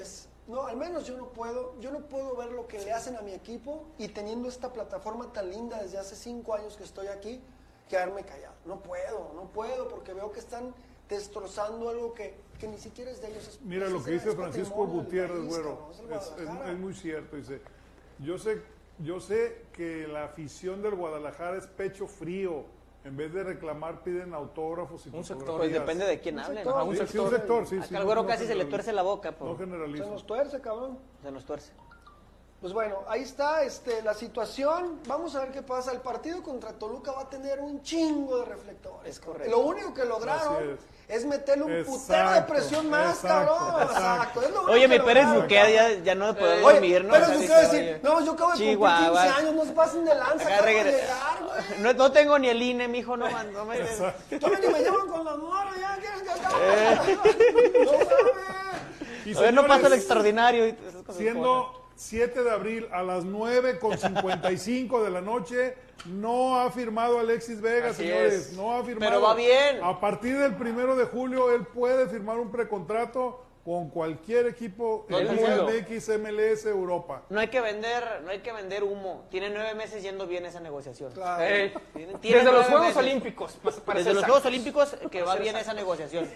No, al menos yo no puedo ver lo que le hacen a mi equipo y teniendo esta plataforma tan linda desde hace 5 años que estoy aquí, quedarme callado. No puedo porque veo que están destrozando algo que ni siquiera es de ellos. Mira lo que dice Francisco Gutiérrez, güero, es muy cierto. Dice, yo sé que la afición del Guadalajara es pecho frío. En vez de reclamar, piden autógrafos y un sector. Pues depende de quién hable. ¿No? Un sector, sí. Acá al güero casi se le tuerce la boca. No generalizo. Se nos tuerce, cabrón. Se nos tuerce. Pues bueno, ahí está la situación. Vamos a ver qué pasa. El partido contra Toluca va a tener un chingo de reflectores. Es correcto. Lo único que lograron es meterle un putero de presión más, cabrón. Exacto. Oye, mi Pérez Buquea ya no podemos dormir, ¿no? Pérez Buquea decir, no, yo acabo de cumplir 15 años, no se pasen de lanza, acabo de llegar, güey. No tengo ni el INE, mijo, no me... Todavía ni me llaman con la morra, ya quieres que acabe. No mames. A ver, no pasa lo extraordinario. Siendo 7 de abril a las 9:55 de la noche, no ha firmado Alexis Vega, Así señores, es. no ha firmado. Pero va bien. A partir del 1 de julio, él puede firmar un precontrato con cualquier equipo en MX, MLS, Europa. No hay que vender humo. Tiene 9 meses yendo bien esa negociación. Claro. Desde los Juegos Olímpicos. Desde los Juegos Olímpicos que va bien esa negociación.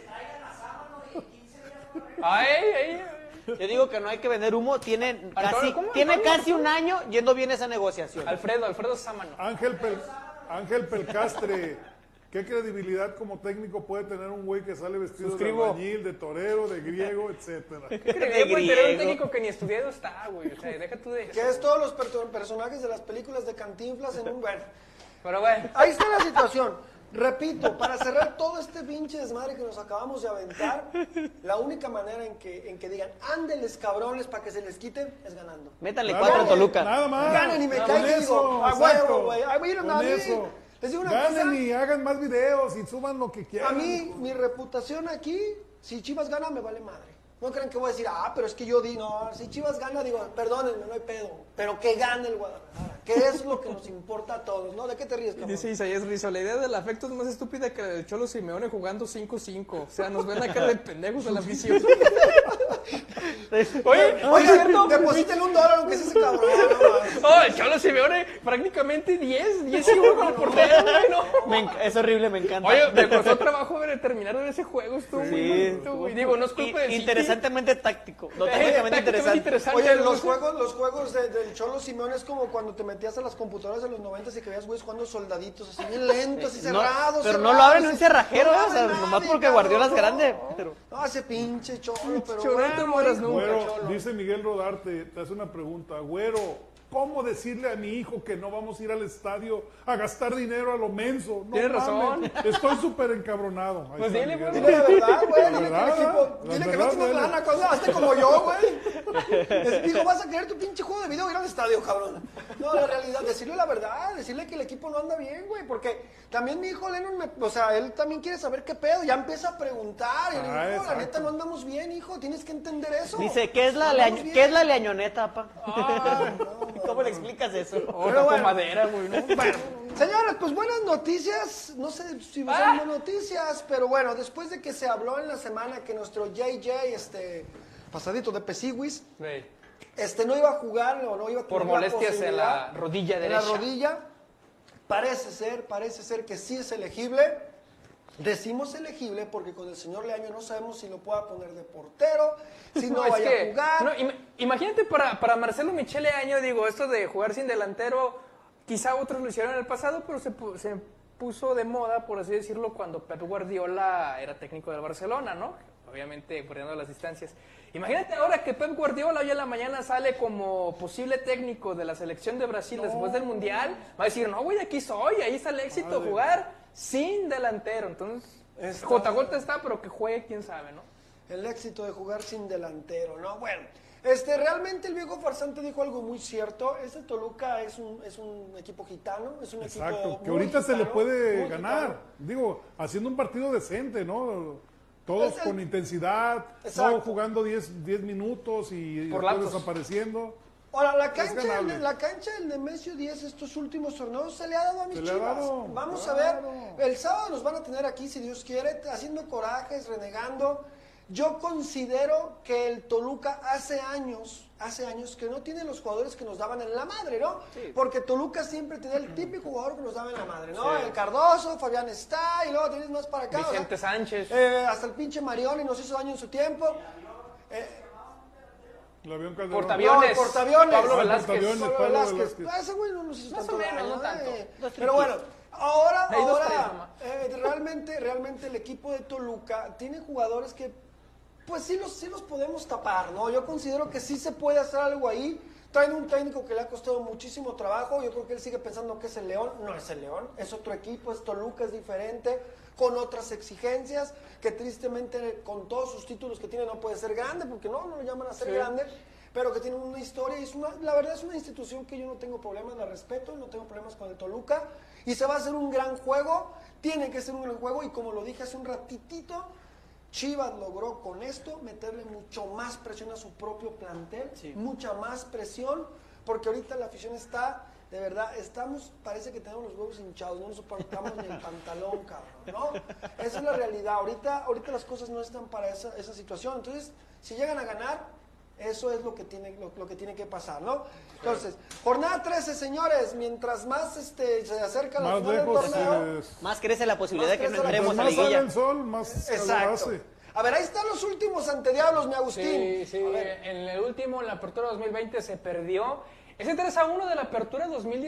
Yo digo que no hay que vender humo, tiene casi un año yendo bien esa negociación. Alfredo Sámano. Ángel Pelcastre, ¿qué credibilidad como técnico puede tener un güey que sale vestido de albañil, de torero, de griego, etcétera? ¿Qué credibilidad puede tener un técnico que ni estudiado está, güey? O sea, deja tú de... Que es todos los personajes de las películas de Cantinflas en un... Bueno, pero bueno. Ahí está la situación. Repito, para cerrar todo este pinche desmadre que nos acabamos de aventar, la única manera en que digan, ándeles cabrones para que se les quite, es ganando. Métanle 4 a Toluca. Nada más. Ganen y me caigan y digo, a huevo, güey. Les digo una cosa. Ganen y hagan más videos y suban lo que quieran. A mí, mi reputación aquí, si Chivas gana, me vale madre. No creen que voy a decir, pero es que yo no, si Chivas gana, digo, perdónenme, no hay pedo, pero que gane el Guadalajara, que es lo que nos importa a todos, ¿no? ¿De qué te ríes, cabrón? Dice Isaías Rizzo, la idea del afecto es más estúpida que la del Cholo Simeone jugando 5-5, o sea, nos ven la cara de pendejos a la afición. Oye, depositen $1 aunque sea ese cabrón. No, el Cholo Simeone prácticamente 10 y 1 con el portero, no. Es horrible, me encanta. Oye, me costó trabajo terminar de ver ese juego, estuvo muy bonito, güey. Digo, no es culpa de interesantemente táctico, tácticamente interesante. Oye, los juegos del Cholo Simeone es como cuando te metías a las computadoras de los 90 y que veías güeyes jugando soldaditos, así bien lentos y cerrados. Pero no lo abren un cerrajero, o sea, nomás porque Guardiola es grande. No, ese pinche Cholo, pero no te mueras nunca, Cholo. Dice Miguel Rodarte, te hace una pregunta, güero, ¿cómo decirle a mi hijo que no vamos a ir al estadio a gastar dinero a lo menso? No, tienes razón. Estoy súper encabronado. Pues dile la verdad, güey. Dile que no tienes lana, hazte como yo, güey. Digo, vas a querer tu pinche juego de video ir al estadio, cabrón. No, la realidad, decirle la verdad, decirle que el equipo no anda bien, güey, porque también mi hijo Lennon, él también quiere saber qué pedo, ya empieza a preguntar, y le digo, la neta no andamos bien, hijo, tienes que entender eso. Dice, ¿qué es la leañoneta, pa? ¿Cómo le explicas eso? Pero bueno, madera, güey, ¿no? Bueno, señores, pues buenas noticias, no sé si son buenas noticias, pero bueno, después de que se habló en la semana que nuestro JJ, pasadito de Pesiwis, no iba a jugar o no iba a tener por molestias en la rodilla derecha. En la rodilla, parece ser que sí es elegible. Decimos elegible porque con el señor Leaño no sabemos si lo pueda poner de portero, si no vaya a jugar. No, imagínate para Marcelo Michel Leaño, digo, esto de jugar sin delantero, quizá otros lo hicieron en el pasado, pero se puso de moda, por así decirlo, cuando Pep Guardiola era técnico del Barcelona, ¿no? Obviamente, corriendo las distancias. Imagínate ahora que Pep Guardiola hoy en la mañana sale como posible técnico de la selección de Brasil después del Mundial. Va a decir, no, güey, aquí soy, ahí está el éxito, jugar sin delantero. Entonces, JJ está, pero que juegue, quién sabe, ¿no? El éxito de jugar sin delantero, ¿no? Bueno, realmente el viejo farsante dijo algo muy cierto. Toluca es un equipo gitano, es un equipo que ahorita gitano, se le puede ganar. Digo, haciendo un partido decente, ¿no? Todos con intensidad, no jugando 10 minutos y después desapareciendo. Ahora, la cancha del Nemesio 10 estos últimos torneos se le ha dado a mis Chivas. Vamos a ver, el sábado nos van a tener aquí, si Dios quiere, haciendo corajes, renegando. Yo considero que el Toluca hace años que no tiene los jugadores que nos daban en la madre, ¿no? Sí. Porque Toluca siempre tenía el típico jugador que nos daba en la madre, ¿no? Sí. El Cardoso, Fabián está, y luego tienes más para acá. Vicente Sánchez. Hasta el pinche Marioni nos hizo daño en su tiempo. El avión Calderón. Portaaviones. No, Portaaviones. Pablo Velázquez. Pablo Velázquez. Ese güey no nos hizo más tanto o menos, daño, no tanto. Pero bueno, ahora tres, realmente el equipo de Toluca tiene jugadores que pues sí los podemos tapar, ¿no? Yo considero que sí se puede hacer algo ahí. Traen un técnico que le ha costado muchísimo trabajo. Yo creo que él sigue pensando que es el León. No es el León, es otro equipo, es Toluca, es diferente, con otras exigencias, que tristemente con todos sus títulos que tiene no puede ser grande, porque no lo llaman a ser grande, pero que tiene una historia. Y la verdad es una institución que yo no tengo problemas, la respeto, no tengo problemas con el Toluca. Y se va a hacer un gran juego, tiene que ser un gran juego. Y como lo dije hace un ratitito, Chivas logró con esto meterle mucho más presión a su propio plantel, mucha más presión, porque ahorita la afición está, de verdad, parece que tenemos los huevos hinchados, no nos soportamos ni el pantalón, cabrón, ¿no? Esa es la realidad, ahorita las cosas no están para esa situación. Entonces, si llegan a ganar, eso es lo que tiene que pasar, ¿no? Entonces, jornada 13, señores, mientras más se acerca la final del torneo, más crece la posibilidad de que no entremos a la liguilla. Más sale el sol, más exacto. A ver, ahí están los últimos ante Diablos, mi Agustín. Sí, en el último, en la apertura 2020 se perdió. Ese 3-1 de la apertura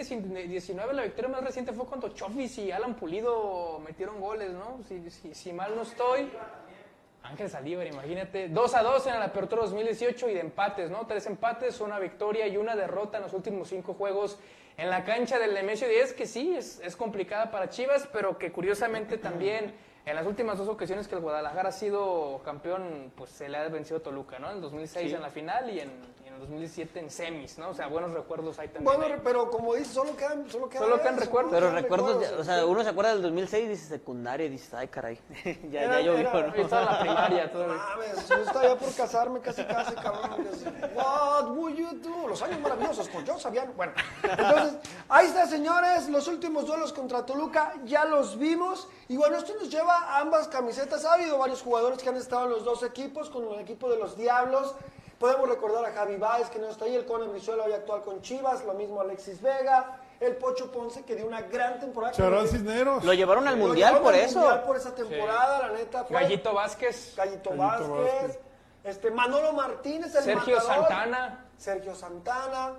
2019, la victoria más reciente fue cuando Chofis y Alan Pulido metieron goles, ¿no? Si mal no estoy. Ángel Saldívar, imagínate, 2-2 en la apertura 2018 y de empates, ¿no? 3 empates, una victoria y una derrota en los últimos 5 juegos en la cancha del Nemesio 10, que sí, es complicada para Chivas, pero que curiosamente también en las últimas 2 ocasiones que el Guadalajara ha sido campeón, pues se le ha vencido a Toluca, ¿no? En el 2006 en la final y en el 2017 en semis, ¿no? O sea, buenos recuerdos hay también. Bueno, pero como dices, solo quedan recuerdos. Pero recuerdos, o sea, uno se acuerda del 2006 y dice secundaria y dice, ay, caray, ya llovió, ¿no? Estaba en la primaria todo. Mames, yo estaba ya por casarme casi, cabrón. What would you do? Los años maravillosos con yo sabían. Bueno, entonces, ahí está, señores, los últimos duelos contra Toluca, ya los vimos. Y bueno, esto nos lleva a ambas camisetas. Ha habido varios jugadores que han estado en los dos equipos, con el equipo de los Diablos. Podemos recordar a Javi Báez, que no está ahí, el Cone Brizuela hoy actual con Chivas, lo mismo Alexis Vega, el Pocho Ponce, que dio una gran temporada. Charán Cisneros. Lo llevaron al Mundial por eso. Mundial por esa temporada, la neta. Gallito Vázquez. Gallito Vázquez. Manolo Martínez, el Sergio matador. Sergio Santana.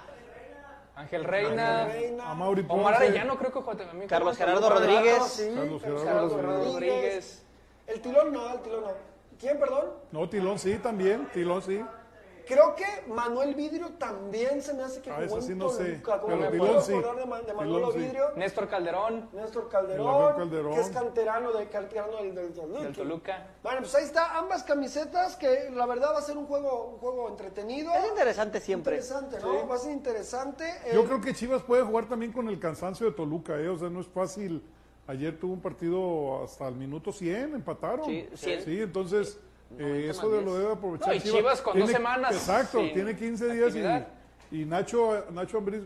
Ángel Reina. Amaury Ponce. Omar Arellano, creo que jugó también. Carlos Gerardo Rodríguez. Sí, Carlos Gerardo Rodríguez. El Tilón no. ¿Quién, perdón? No, Tilón sí, también. Tilón sí. Creo que Manuel Vidrio también se me hace que jugó eso sí en no sé, Toluca, como pero me Tilón puedo sí. acordar de Manolo Tilón sí. Vidrio. Néstor Calderón, que es canterano del Toluca. Bueno, pues ahí está, ambas camisetas, que la verdad va a ser un juego entretenido. Es interesante siempre. Interesante, ¿no? Sí. Va a ser interesante. Yo creo que Chivas puede jugar también con el cansancio de Toluca, o sea, no es fácil. Ayer tuvo un partido hasta el minuto 100, empataron. Sí, entonces eso lo debe aprovechar. No, y Chivas con 2 semanas. Exacto, tiene 15 días y Nacho Ambriz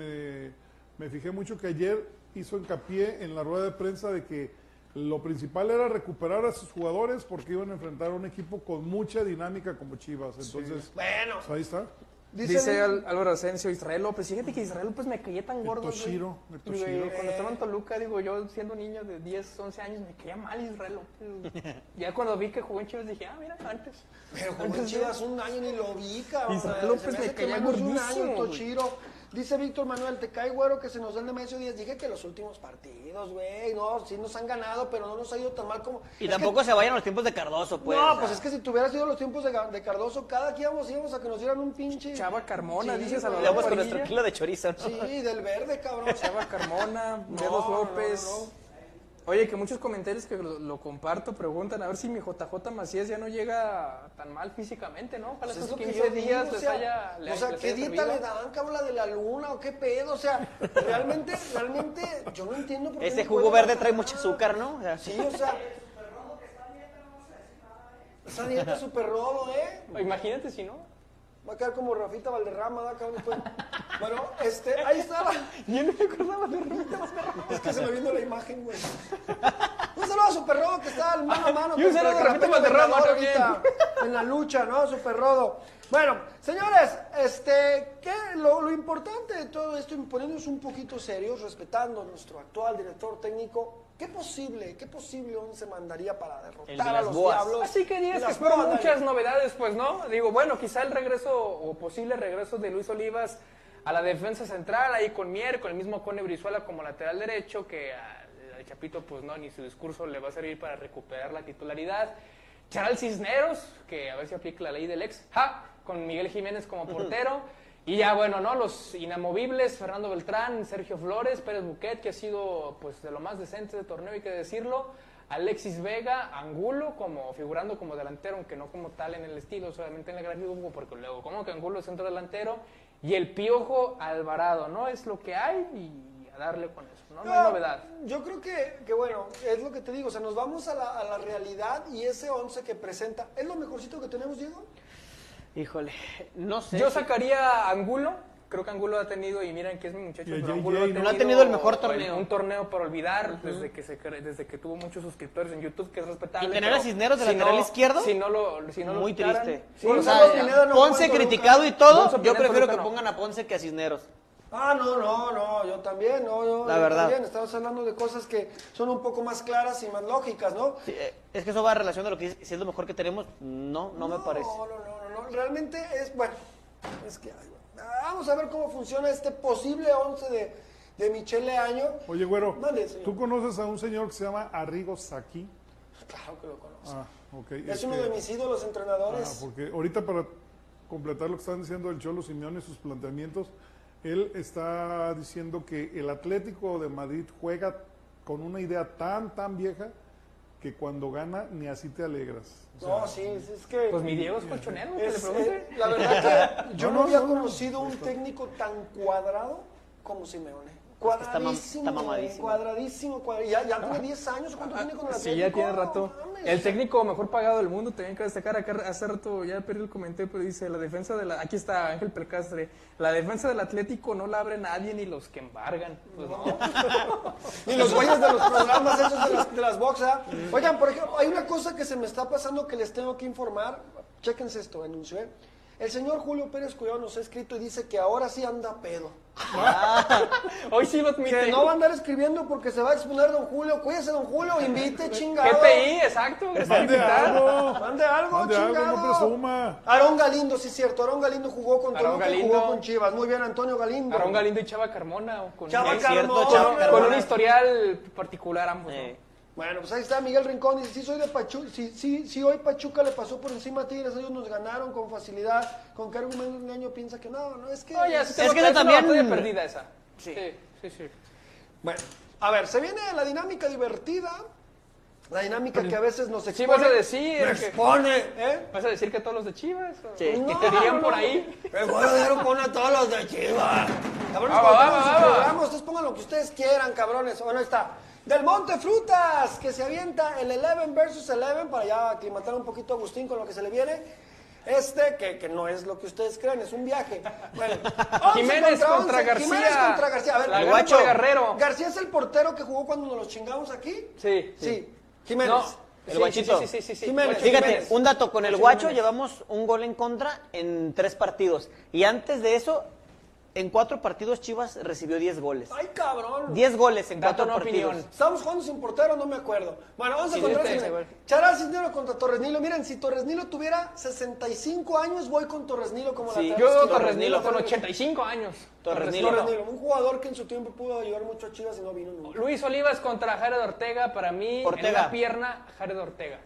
me fijé mucho que ayer hizo hincapié en la rueda de prensa de que lo principal era recuperar a sus jugadores porque iban a enfrentar a un equipo con mucha dinámica como Chivas. Entonces, bueno, pues ahí está. Dice Álvaro Asensio, Israel López. Fíjate que Israel López me caía tan gordo. Toshiro. Cuando estaba en Toluca, digo, yo siendo niño de 10, 11 años, me caía mal Israel López. Ya cuando vi que jugó en Chivas dije, mira, antes. Pero jugó en Chivas un año ni lo vi, cabrón. Israel López me caía gordísimo. Toshiro. Dice Víctor Manuel, te cae güero que se nos da el Nemesio 10. Dije que los últimos partidos, güey, no, sí nos han ganado, pero no nos ha ido tan mal como... Y tampoco se vayan los tiempos de Cardoso, pues. No, pues es que si tuviera sido los tiempos de Cardoso, cada que íbamos a que nos dieran un pinche... Chava Carmona, dices a lo mejor. con nuestro kilo de chorizo, ¿no? Sí, del verde, cabrón. Chava Carmona, Dedos López... Oye, que muchos comentarios que lo comparto preguntan a ver si mi JJ Macías ya no llega tan mal físicamente, ¿no? Ojalá Pues esos 15 días les haya ¿qué dieta le dan, cabrón, la de la luna o qué pedo? O sea, realmente, yo no entiendo por qué... Ese jugo verde trae mucho azúcar, ¿no? O sea, sí, o sea... Esa dieta súper rodo, Imagínate si no. Va a quedar como Rafita Valderrama, ¿da, cabrón? Bueno, ahí estaba. Yo no me acordaba de Rafita Valderrama. Es que se me vino la imagen, güey. Un saludo a Super Rodo que está al mano a mano. Y un saludo a contra Rafita Carapeta Valderrama Vengador también. ahorita en la lucha, ¿no? Super Rodo. Bueno, señores, lo importante de todo esto, poniéndonos un poquito serios, respetando a nuestro actual director técnico, ¿qué posible 11 mandaría para derrotar a los Diablos? Así que dices que fueron muchas novedades, pues, ¿no? Digo, bueno, quizá el regreso o posible regreso de Luis Olivas a la defensa central, ahí con Mier, con el mismo Cone Brizuela como lateral derecho, que al Chapito, pues no, ni su discurso le va a servir para recuperar la titularidad. Charal Cisneros, que a ver si aplica la ley del ex, con Miguel Jiménez como portero. Y ya, bueno, ¿no? Los inamovibles, Fernando Beltrán, Sergio Flores, Pérez Buquet, que ha sido, pues, de lo más decente de torneo, hay que decirlo. Alexis Vega, Angulo, figurando como delantero, aunque no como tal en el estilo, solamente en el gran grupo, porque luego, como que Angulo es centro delantero. Y el Piojo Alvarado, ¿no? Es lo que hay y a darle con eso, ¿no? No hay novedad. Yo creo que bueno, es lo que te digo, o sea, nos vamos a la realidad y ese 11 que presenta, ¿es lo mejorcito que tenemos, Diego? Híjole, no sé. Yo sacaría a Angulo. Creo que Angulo ha tenido, y miren que es mi muchacho, pero Angulo no ha tenido el mejor torneo. Un torneo para olvidar, desde que tuvo muchos suscriptores en YouTube, que es respetable. ¿Y tener a Cisneros de lateral izquierdo? Si no lo muy triste. Sí, o sea, Ponce criticado y todo, yo prefiero que pongan a Ponce que a Cisneros. No, yo también, La verdad. También, estamos hablando de cosas que son un poco más claras y más lógicas, ¿no? Sí, es que eso va a relación de lo que dice, si es lo mejor que tenemos, no me parece. No, realmente es, bueno, es que, vamos a ver cómo funciona este posible 11 de Michele Año. Oye, güero, Vale, señor. ¿tú conoces a un señor que se llama Arrigo Sacchi? Claro que lo conozco. Okay. Es uno de mis ídolos entrenadores. Porque ahorita para completar lo que están diciendo el Cholo Simeone y sus planteamientos, él está diciendo que el Atlético de Madrid juega con una idea tan vieja que cuando gana ni así te alegras. O sea, es que... Pues mi Diego es colchonero, que le pregunte. La verdad que yo no había conocido un técnico tan cuadrado como Simeone. Cuadradísimo, está mamadísimo. Cuadradísimo. Ya tiene 10 años. ¿Cuánto tiene con el Atlético? Sí, ya tiene rato. El técnico mejor pagado del mundo, también que destacar. Acá hace rato ya perdí el comentario, pero dice, la defensa de aquí está Ángel Pelcastre, la defensa del Atlético no la abre nadie, ni los que embargan. Pues no. Ni los güeyes de los programas esos de las boxas. Oigan, por ejemplo, hay una cosa que se me está pasando que les tengo que informar. Chéquense esto, anuncio, El señor Julio Pérez Cuidado nos ha escrito y dice que ahora sí anda pedo. Hoy sí lo admite. Que no va a andar escribiendo porque se va a exponer don Julio. Cuídese, don Julio, invite, chingado. GPI, exacto. Mande algo, chingado. no presuma. Aarón Galindo, sí es cierto. Aarón Galindo jugó con Toluca y jugó con Chivas. Muy bien, Antonio Galindo. Aarón Galindo y Chava Carmona. Chava Carmona. Con un historial particular ambos, ¿no? Bueno, pues ahí está Miguel Rincón, dice, sí soy de Pachuca, si hoy Pachuca le pasó por encima a Tigres, ellos nos ganaron con facilidad, ¿con qué argumento un año piensa que no, es que... Oye, es que también... Una perdida esa. Sí. Bueno, a ver, se viene la dinámica divertida, la dinámica que a veces nos expone. Sí, vas a decir... expone, ¿Vas a decir que todos los de Chivas? Sí. ¿Que te dirían por ahí? El juego pone a todos los de Chivas. Cabrones, ustedes pongan lo que ustedes quieran, cabrones. Bueno, ahí está. Del Monte Frutas, que se avienta el 11 versus 11, para ya aclimatar un poquito a Agustín con lo que se le viene. Que no es lo que ustedes creen, es un viaje. Bueno, Jiménez contra García. Jiménez contra García. A ver, el Guacho Guerrero. ¿García es el portero que jugó cuando nos los chingamos aquí? Sí. Jiménez. No, el Guachito. Sí. Jiménez. Fíjate, un dato, con el Guacho llevamos un gol en contra en 3 partidos. Y antes de eso, en 4 partidos Chivas recibió 10 goles. ¡Ay, cabrón! 10 goles en 4 partidos. Opinión. ¿Estamos jugando sin portero? No me acuerdo. Bueno, 11 contra 11. Charal Cisneros contra Torres Nilo. Miren, si Torres Nilo tuviera 65 años, voy con Torres Nilo como lateral. Yo Torres Nilo con 85 años. Torres Nilo. Un jugador que en su tiempo pudo ayudar mucho a Chivas y no vino nunca. Luis Olivas contra Jared Ortega, para mí, en la pierna, Jared Ortega.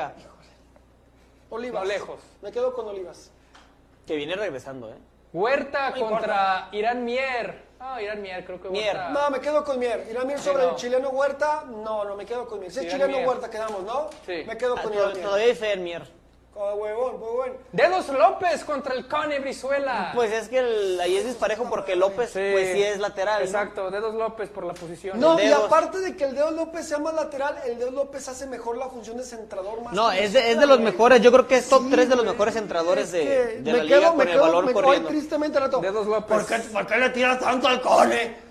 Olivas. No lejos. Me quedo con Olivas. Que viene regresando, Huerta contra Irán Mier. Irán Mier, creo que Huerta. No, me quedo con Mier. Irán Mier sobre el chileno Huerta. No, me quedo con Mier. Si es chileno Huerta, quedamos, ¿no? Sí. Me quedo con Irán Mier. Todavía hay fe en Mier. Huevón, muy bueno. Dedos López contra el Cone Brizuela. Pues es que ahí es disparejo porque López pues sí es lateral. Exacto, Dedos López por la posición. No, y aparte de que el Dedos López sea más lateral, el Dedos López hace mejor la función de centrador más. No, es de los mejores, yo creo que es top 3 de los mejores centradores de la liga con el balón corriendo. Tristemente, Renato. Dedos López. ¿Por qué le tiras tanto al Cone?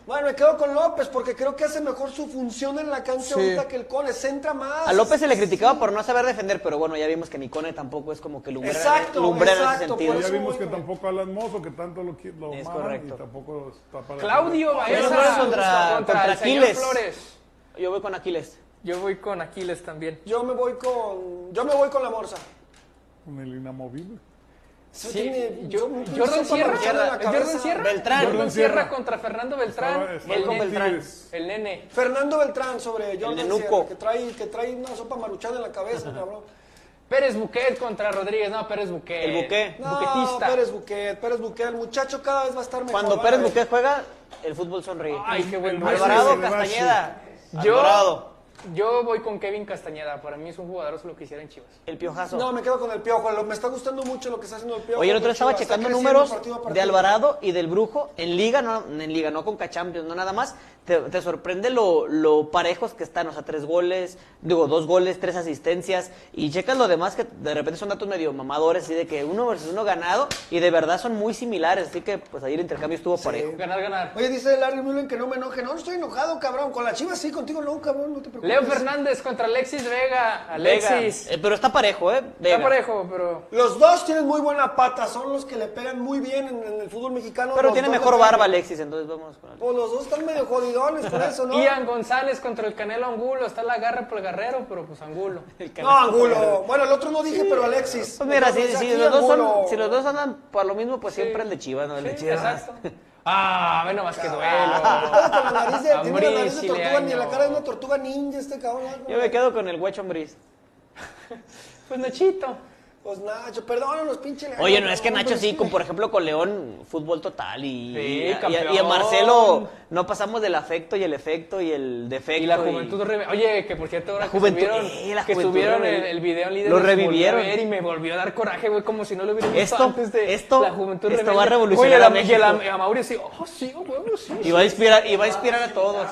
Bueno, me quedo con López porque creo que hace mejor su función en la cancha Sí. ahorita que el Cone, centra más. A López se le criticaba por no saber defender, pero bueno, ya vimos que Nicone tampoco es como que lumbrera en ese sentido. Ya vimos que tampoco Alan Mozo, que tanto lo Es maman, correcto. y tampoco está para... Claudio Pero Baeza contra el señor Aquiles. Flores. Yo voy con Aquiles. Yo voy con Aquiles también. Yo me voy con la Morsa. Con el inamovible. Sí, Jordan Sierra. Beltrán. Jordan Sierra contra Fernando Beltrán. Estaba El con nene. Tigres. El nene. Fernando Beltrán sobre Jordan Nenuco. Sierra, que trae una sopa maruchana en la cabeza, cabrón. Pérez Buquet contra Rodríguez. No, Pérez Buquet. El Buquet. No, Buquetista. Pérez Buquet. El muchacho cada vez va a estar mejor. Cuando Pérez Buquet juega, el fútbol sonríe. Ay, qué buen duelo. Alvarado, Bashi. Castañeda. Yo- Alvarado. Yo voy con Kevin Castañeda. Para mí es un jugadorazo lo que hiciera en Chivas. El Piojazo. No, me quedo con el Piojo. Me está gustando mucho lo que está haciendo el Piojo. Oye, el otro con estaba Chivas. checando Está creciendo números partido a de partido. Alvarado y del Brujo en Liga, no con Champions, no nada más. Te sorprende lo parejos que están, o sea, 2 goles, 3 asistencias, y checas lo demás que de repente son datos medio mamadores, así de que 1 versus 1 ganado, y de verdad son muy similares, así que pues ahí el intercambio estuvo parejo. Ganar. Oye, dice Larry Mullen que no me enoje. No estoy enojado, cabrón. Con la Chivas sí, contigo no, cabrón. No te preocupes. Leo Fernández contra Alexis Vega. Alexis. Vega. Pero está parejo, Vega. Está parejo, pero... Los dos tienen muy buena pata. Son los que le pegan muy bien en el fútbol mexicano. Pero Los tiene dos mejor le pegan. barba Alexis, entonces vamos con Pues los dos están medio jodidones con eso, ¿no? Ian González contra el Canelo Angulo. Está la garra por el Guerrero, pero pues Angulo. No, Angulo. Bueno, el otro no dije, pero Alexis. Pues mira, Entonces, si aquí los Angulo. dos andan por lo mismo, pues siempre el de Chivas, ¿no? El de Chivas. Exacto. Ah, ve nomás que duelo. Con la nariz de, tiene la nariz de Ambriz, tortuga, Ileaño. ni la cara de una tortuga ninja este cabrón. Yo me quedo con el Huecho Ambriz. Pues Nachito. Pues Nacho, perdónanos, pinche León. Oye, no es que Nacho hombre, sí, por ejemplo, con León, fútbol total y campeón. a Marcelo no pasamos del afecto y el efecto y el defecto. Y la juventud Oye, que por cierto, ahora La juventud, que la juventud subieron revive. el video en líderes, Lo revivieron. volví a ver y me volvió a dar coraje, güey, como si no lo hubiera visto antes de esto la juventud va a rebelde. revolucionar Oye, a México. Y a Mauri sí, sí, güey, sí. Y va a inspirar a todos.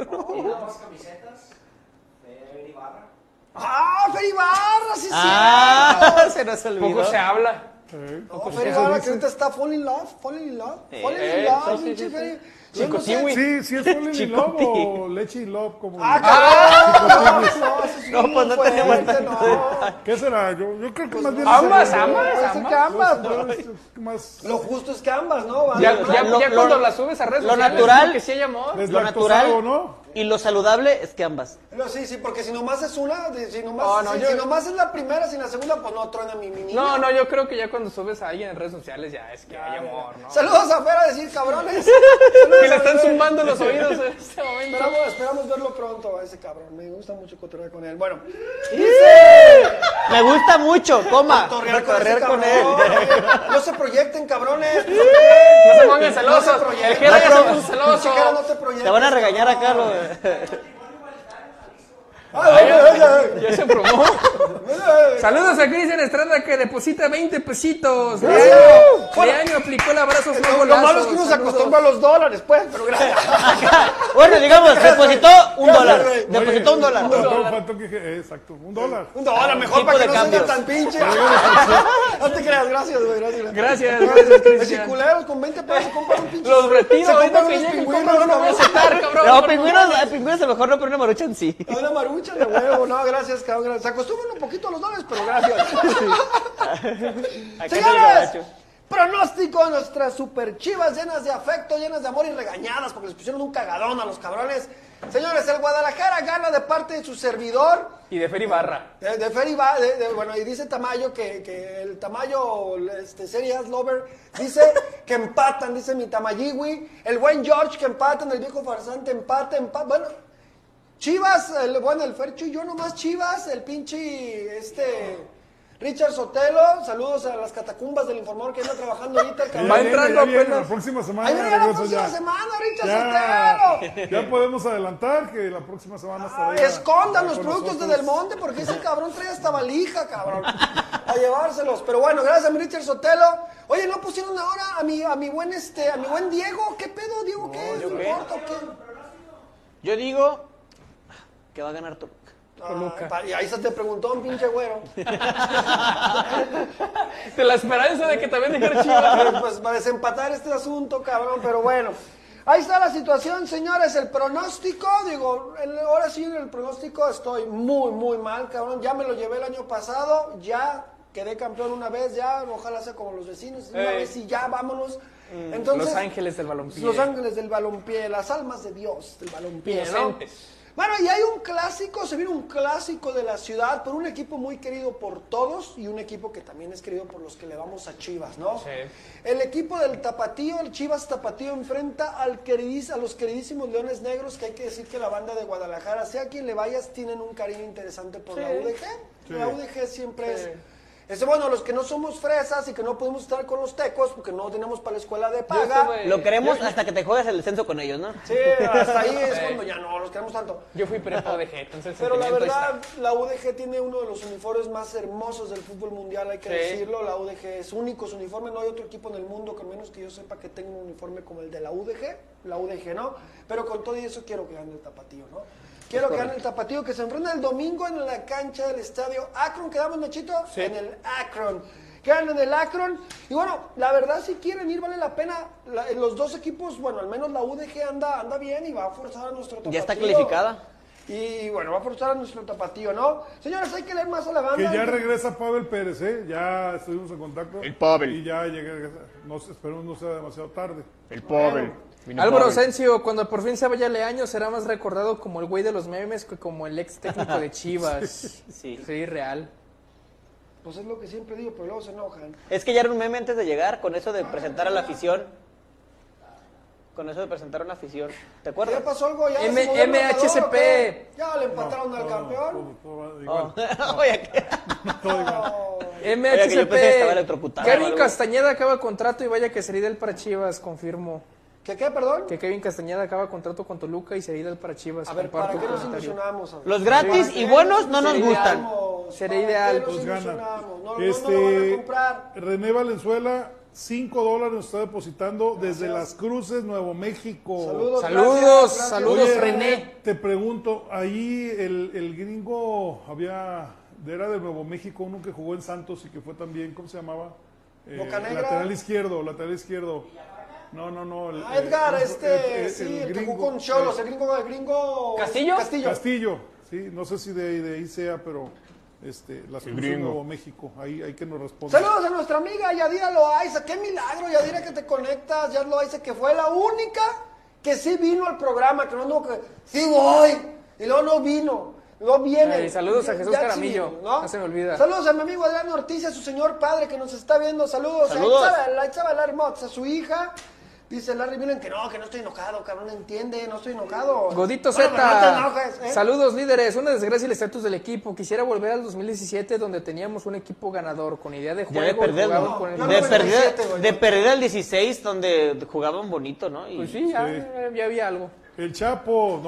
¡Ah, Feri Barra! ¡Sí, cierto! Se nos olvidó. Poco se habla. No, Feri Barra, que ahorita está falling in love, pinche Feri. Chico, Sí, güey. Sí, es Falling in Love o Leche in Love, como... ¡Ah, cabrón! No, pues no tenemos tanto. ¿Qué será? Yo creo que más bien... Ambas, Puede ser que ambas. Más... Lo justo es que ambas, ¿no? Ya Lo- cuando la subes a redes lo sociales, natural- que sí hay amor. Lo natural Deslactosado, ¿no? y lo saludable es que ambas. No, sí, porque si nomás es una, si nomás, No, si yo- nomás es la primera, sin la segunda, pues no truena mi niña. No, yo creo que ya cuando subes a alguien en redes sociales ya es que hay amor, ¿no? Saludos a Fer a decir cabrones. Que le están zumbando los oídos en este momento. Esperamos verlo pronto a ese cabrón. Me gusta mucho cotorrear con él. Bueno, Me gusta mucho, cotorrear con ese él. cabrón. No se proyecten, cabrones. No se pongan celosos. No se proyecten. El Jera ya se No, puso celoso. Chiquera, no te proyectes. Te van a regañar acá, lo... Ya se probó. Saludos a Cristian Estrada que deposita 20 pesitos. Leaño aplicó el abrazo fue Lo golazo. malo es que uno se acostumbra a los dólares, pues, pero gracias. Bueno, digamos, depositó $1. Gracias, Depositó $1. Faltó que... Exacto, $1. $1, mejor Tipo para que de no se vea cambios. tan pinche. No te creas, gracias, güey, gracias. Gracias, Los Cristian. chiculeros con 20 pesos compran un pinche. Los retiro Se ahorita compran que unos llegue. pingüinos, No lo voy a cabrón. aceptar, cabrón. No, pingüinos a lo mejor no, pero una maruchan sí. Una marucha de huevo, no, gracias, cabrón. Gracias. Se acostumbran un poquito a los dólares, pero gracias. Acá en el Señores, gabacho. pronóstico de nuestras super Chivas llenas de afecto, llenas de amor y regañadas porque les pusieron un cagadón a los cabrones. Señores, el Guadalajara gana de parte de su servidor. Y de Fer Ibarra. De Fer Ibarra, bueno, y dice Tamayo que el Tamayo, Series Lover, dice que empatan, dice mi Tamayiwi. El buen George que empatan, el viejo farsante empata. Bueno, Chivas, el Fercho y yo nomás Chivas, el pinche, Richard Sotelo, saludos a las catacumbas del informador que anda trabajando ahorita. El cabrón. Va entrando ya viene, apenas. la próxima semana Ahí viene la regreso próxima ya. semana, Richard Ya, Sotelo. ya podemos adelantar que la próxima semana estará Escondan los con productos de nosotros. Del Monte porque ese cabrón trae hasta valija, cabrón, a llevárselos. Pero bueno, gracias a mi Richard Sotelo. Oye, ¿no pusieron ahora a mi buen Diego? ¿Qué pedo, Diego? ¿Qué es? ¿yo qué? ¿Importa o qué? Yo digo que va a ganar Toluca. Y ahí se te preguntó un pinche güero. De la esperanza de que también dejara Chivas. Pues para desempatar este asunto, cabrón, pero bueno. Ahí está la situación, señores, el pronóstico, ahora sí en el pronóstico estoy muy, muy mal, cabrón, ya me lo llevé el año pasado, ya quedé campeón una vez, ya, ojalá sea como los vecinos, una vez y ya, vámonos. Entonces, Los Ángeles del balompié. Los Ángeles del balompié, las almas de Dios del balompié, ¿no? Inocentes. Bueno, y hay un clásico, se viene un clásico de la ciudad por un equipo muy querido por todos y un equipo que también es querido por los que le vamos a Chivas, ¿no? Sí. El equipo del Tapatío, el Chivas Tapatío, enfrenta a los queridísimos Leones Negros, que hay que decir que la banda de Guadalajara, sea quien le vayas, tienen un cariño interesante por la UDG. Sí. La UDG siempre es... bueno, los que no somos fresas y que no podemos estar con los tecos porque no tenemos para la escuela de paga. Lo queremos hasta que te juegues el descenso con ellos, ¿no? Sí, hasta ahí es cuando ya no los queremos tanto. Yo fui prepa UDG, entonces el Pero la sentimiento verdad, está. la UDG tiene uno de los uniformes más hermosos del fútbol mundial, hay que decirlo. La UDG es único su uniforme, no hay otro equipo en el mundo, que al menos que yo sepa, que tenga un uniforme como el de la UDG, ¿no? Pero con todo y eso quiero que gane el Tapatío, ¿no? Quiero que gane el Tapatío, que se enfrenta el domingo en la cancha del estadio Akron. ¿Quedamos, Nachito? Sí. En el Akron. Quedan en el Akron. Y bueno, la verdad, si quieren ir, vale la pena. Los dos equipos, bueno, al menos la UDG anda bien y va a forzar a nuestro Tapatío. Ya está calificada. Y bueno, va a forzar a nuestro Tapatío, ¿no? Señores, hay que leer más a la banda. Que ya regresa Pavel Pérez, ¿eh? Ya estuvimos en contacto. El Pavel. Y ya llegué. No, esperemos no sea demasiado tarde. El Pavel. Álvaro Asensio, cuando por fin se vaya Leaño, será más recordado como el güey de los memes que como el ex técnico de Chivas. Sí. Sí, real. Pues es lo que siempre digo, pero luego se enojan. Es que ya era un meme antes de llegar, con eso de presentar a la afición. Con eso de presentar a una afición. ¿Te acuerdas? ¿Ya pasó algo? ¿Ya se movió el marcador MHCP. o qué? ¿Ya le empataron al campeón? Todo igual. Oye, ¿qué? Todo igual. Oye, que yo pensé que estaba MHCP. electrocutado. Kevin Castañeda acaba contrato y vaya que sería del para Chivas, confirmo. ¿Qué, perdón? Que Kevin Castañeda acaba contrato con Toluca y sería del para Chivas. A ver, ¿para comparto qué nos comentario. ilusionamos? A ver. Los gratis y buenos no nos Sería gustan. Vamos, Sería ¿para ideal. qué nos Pues gana. ilusionamos? No lo van a comprar. René Valenzuela, $5 nos está depositando desde Las Cruces, Nuevo México. Saludos, gracias. saludos, Oye, René. Te pregunto, ahí el gringo era de Nuevo México, uno que jugó en Santos y que fue también, ¿cómo se llamaba? Bocanegra. Lateral izquierdo. No. Edgar, el el que gringo, jugó con Cholos, el gringo... ¿Castillo? Castillo, sí, no sé si de ahí sea, pero Las Cruces, gringo. Nuevo México, ahí que nos responde. Saludos a nuestra amiga Yadira Loaiza. Qué milagro, Yadira, que te conectas. Yadira Loaiza, que fue la única que sí vino al programa, que no anduvo que sí voy, y luego no vino, luego viene. Saludos a Jesús Ya Caramillo, sí, no se me olvida. Saludos a mi amigo Adrián Ortiz, a su señor padre que nos está viendo. Saludos. A Itzabel Armots, a su hija. Dice Larry Milen que no estoy enojado, cabrón, entiende, no estoy enojado. Godito Bueno, Z, pero no te enojes, ¿eh? Saludos líderes, una desgracia el estatus del equipo. Quisiera volver al 2017 donde teníamos un equipo ganador con idea de Ya juego. de perder, jugaban ¿no? con el- De perder al 16 donde jugaban bonito, ¿no? Y Pues sí, ya había algo. El Chapo,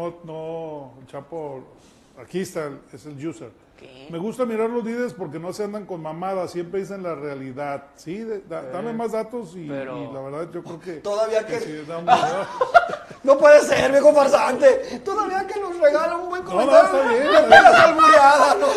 el Chapo, aquí está, es el user. Me gusta mirar los líderes porque no se andan con mamadas, siempre dicen la realidad. Sí, dame más datos y la verdad yo creo que... Todavía que... sí, dame- No puede ser, viejo farsante. Todavía que nos regala un buen comentario. está bien. Me pegas albureada, ¿no?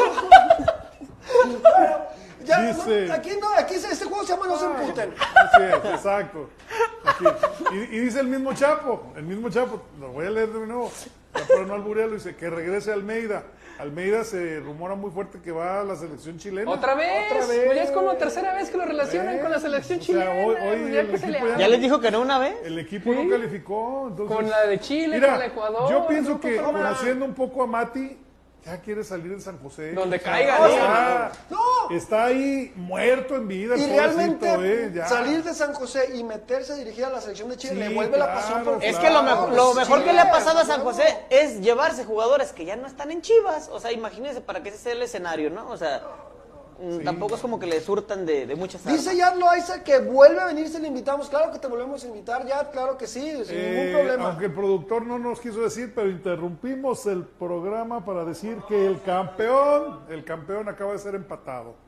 Bueno, ya, Dice- aquí este juego se llama No se emputen. Así es, exacto. Aquí. Y dice el mismo Chapo, lo voy a leer de nuevo, pero no alburearlo, dice que regrese Almeida. Almeida se rumora muy fuerte que va a la selección chilena. ¿Otra vez? Pues ya es como tercera vez que lo relacionan con la selección chilena. hoy Pues ya el que se le equipo haga. ¿Ya les dijo que no una vez? El equipo no calificó. Entonces, Con la de Chile, mira, con la Ecuador. yo pienso no, que con toda. conociendo un poco a Mati, ya quiere salir de San José. Donde O sea, caiga, está ahí muerto en vida. el Y pobrecito, realmente ya. salir de San José y meterse a dirigir a la selección de Chile Sí, le vuelve la claro, pasión por Es que lo mejor Sí, que le ha pasado a San huevo. José es llevarse jugadores que ya no están en Chivas. O sea, imagínense para que ese sea el escenario, ¿no? O sea, tampoco es como que le surtan de muchas armas. Dice Yad Loaiza que vuelve a venir si le invitamos. Claro que te volvemos a invitar, Yad, claro que sí, sin ningún problema. Aunque el productor no nos quiso decir, pero interrumpimos el programa para decir que el campeón acaba de ser empatado.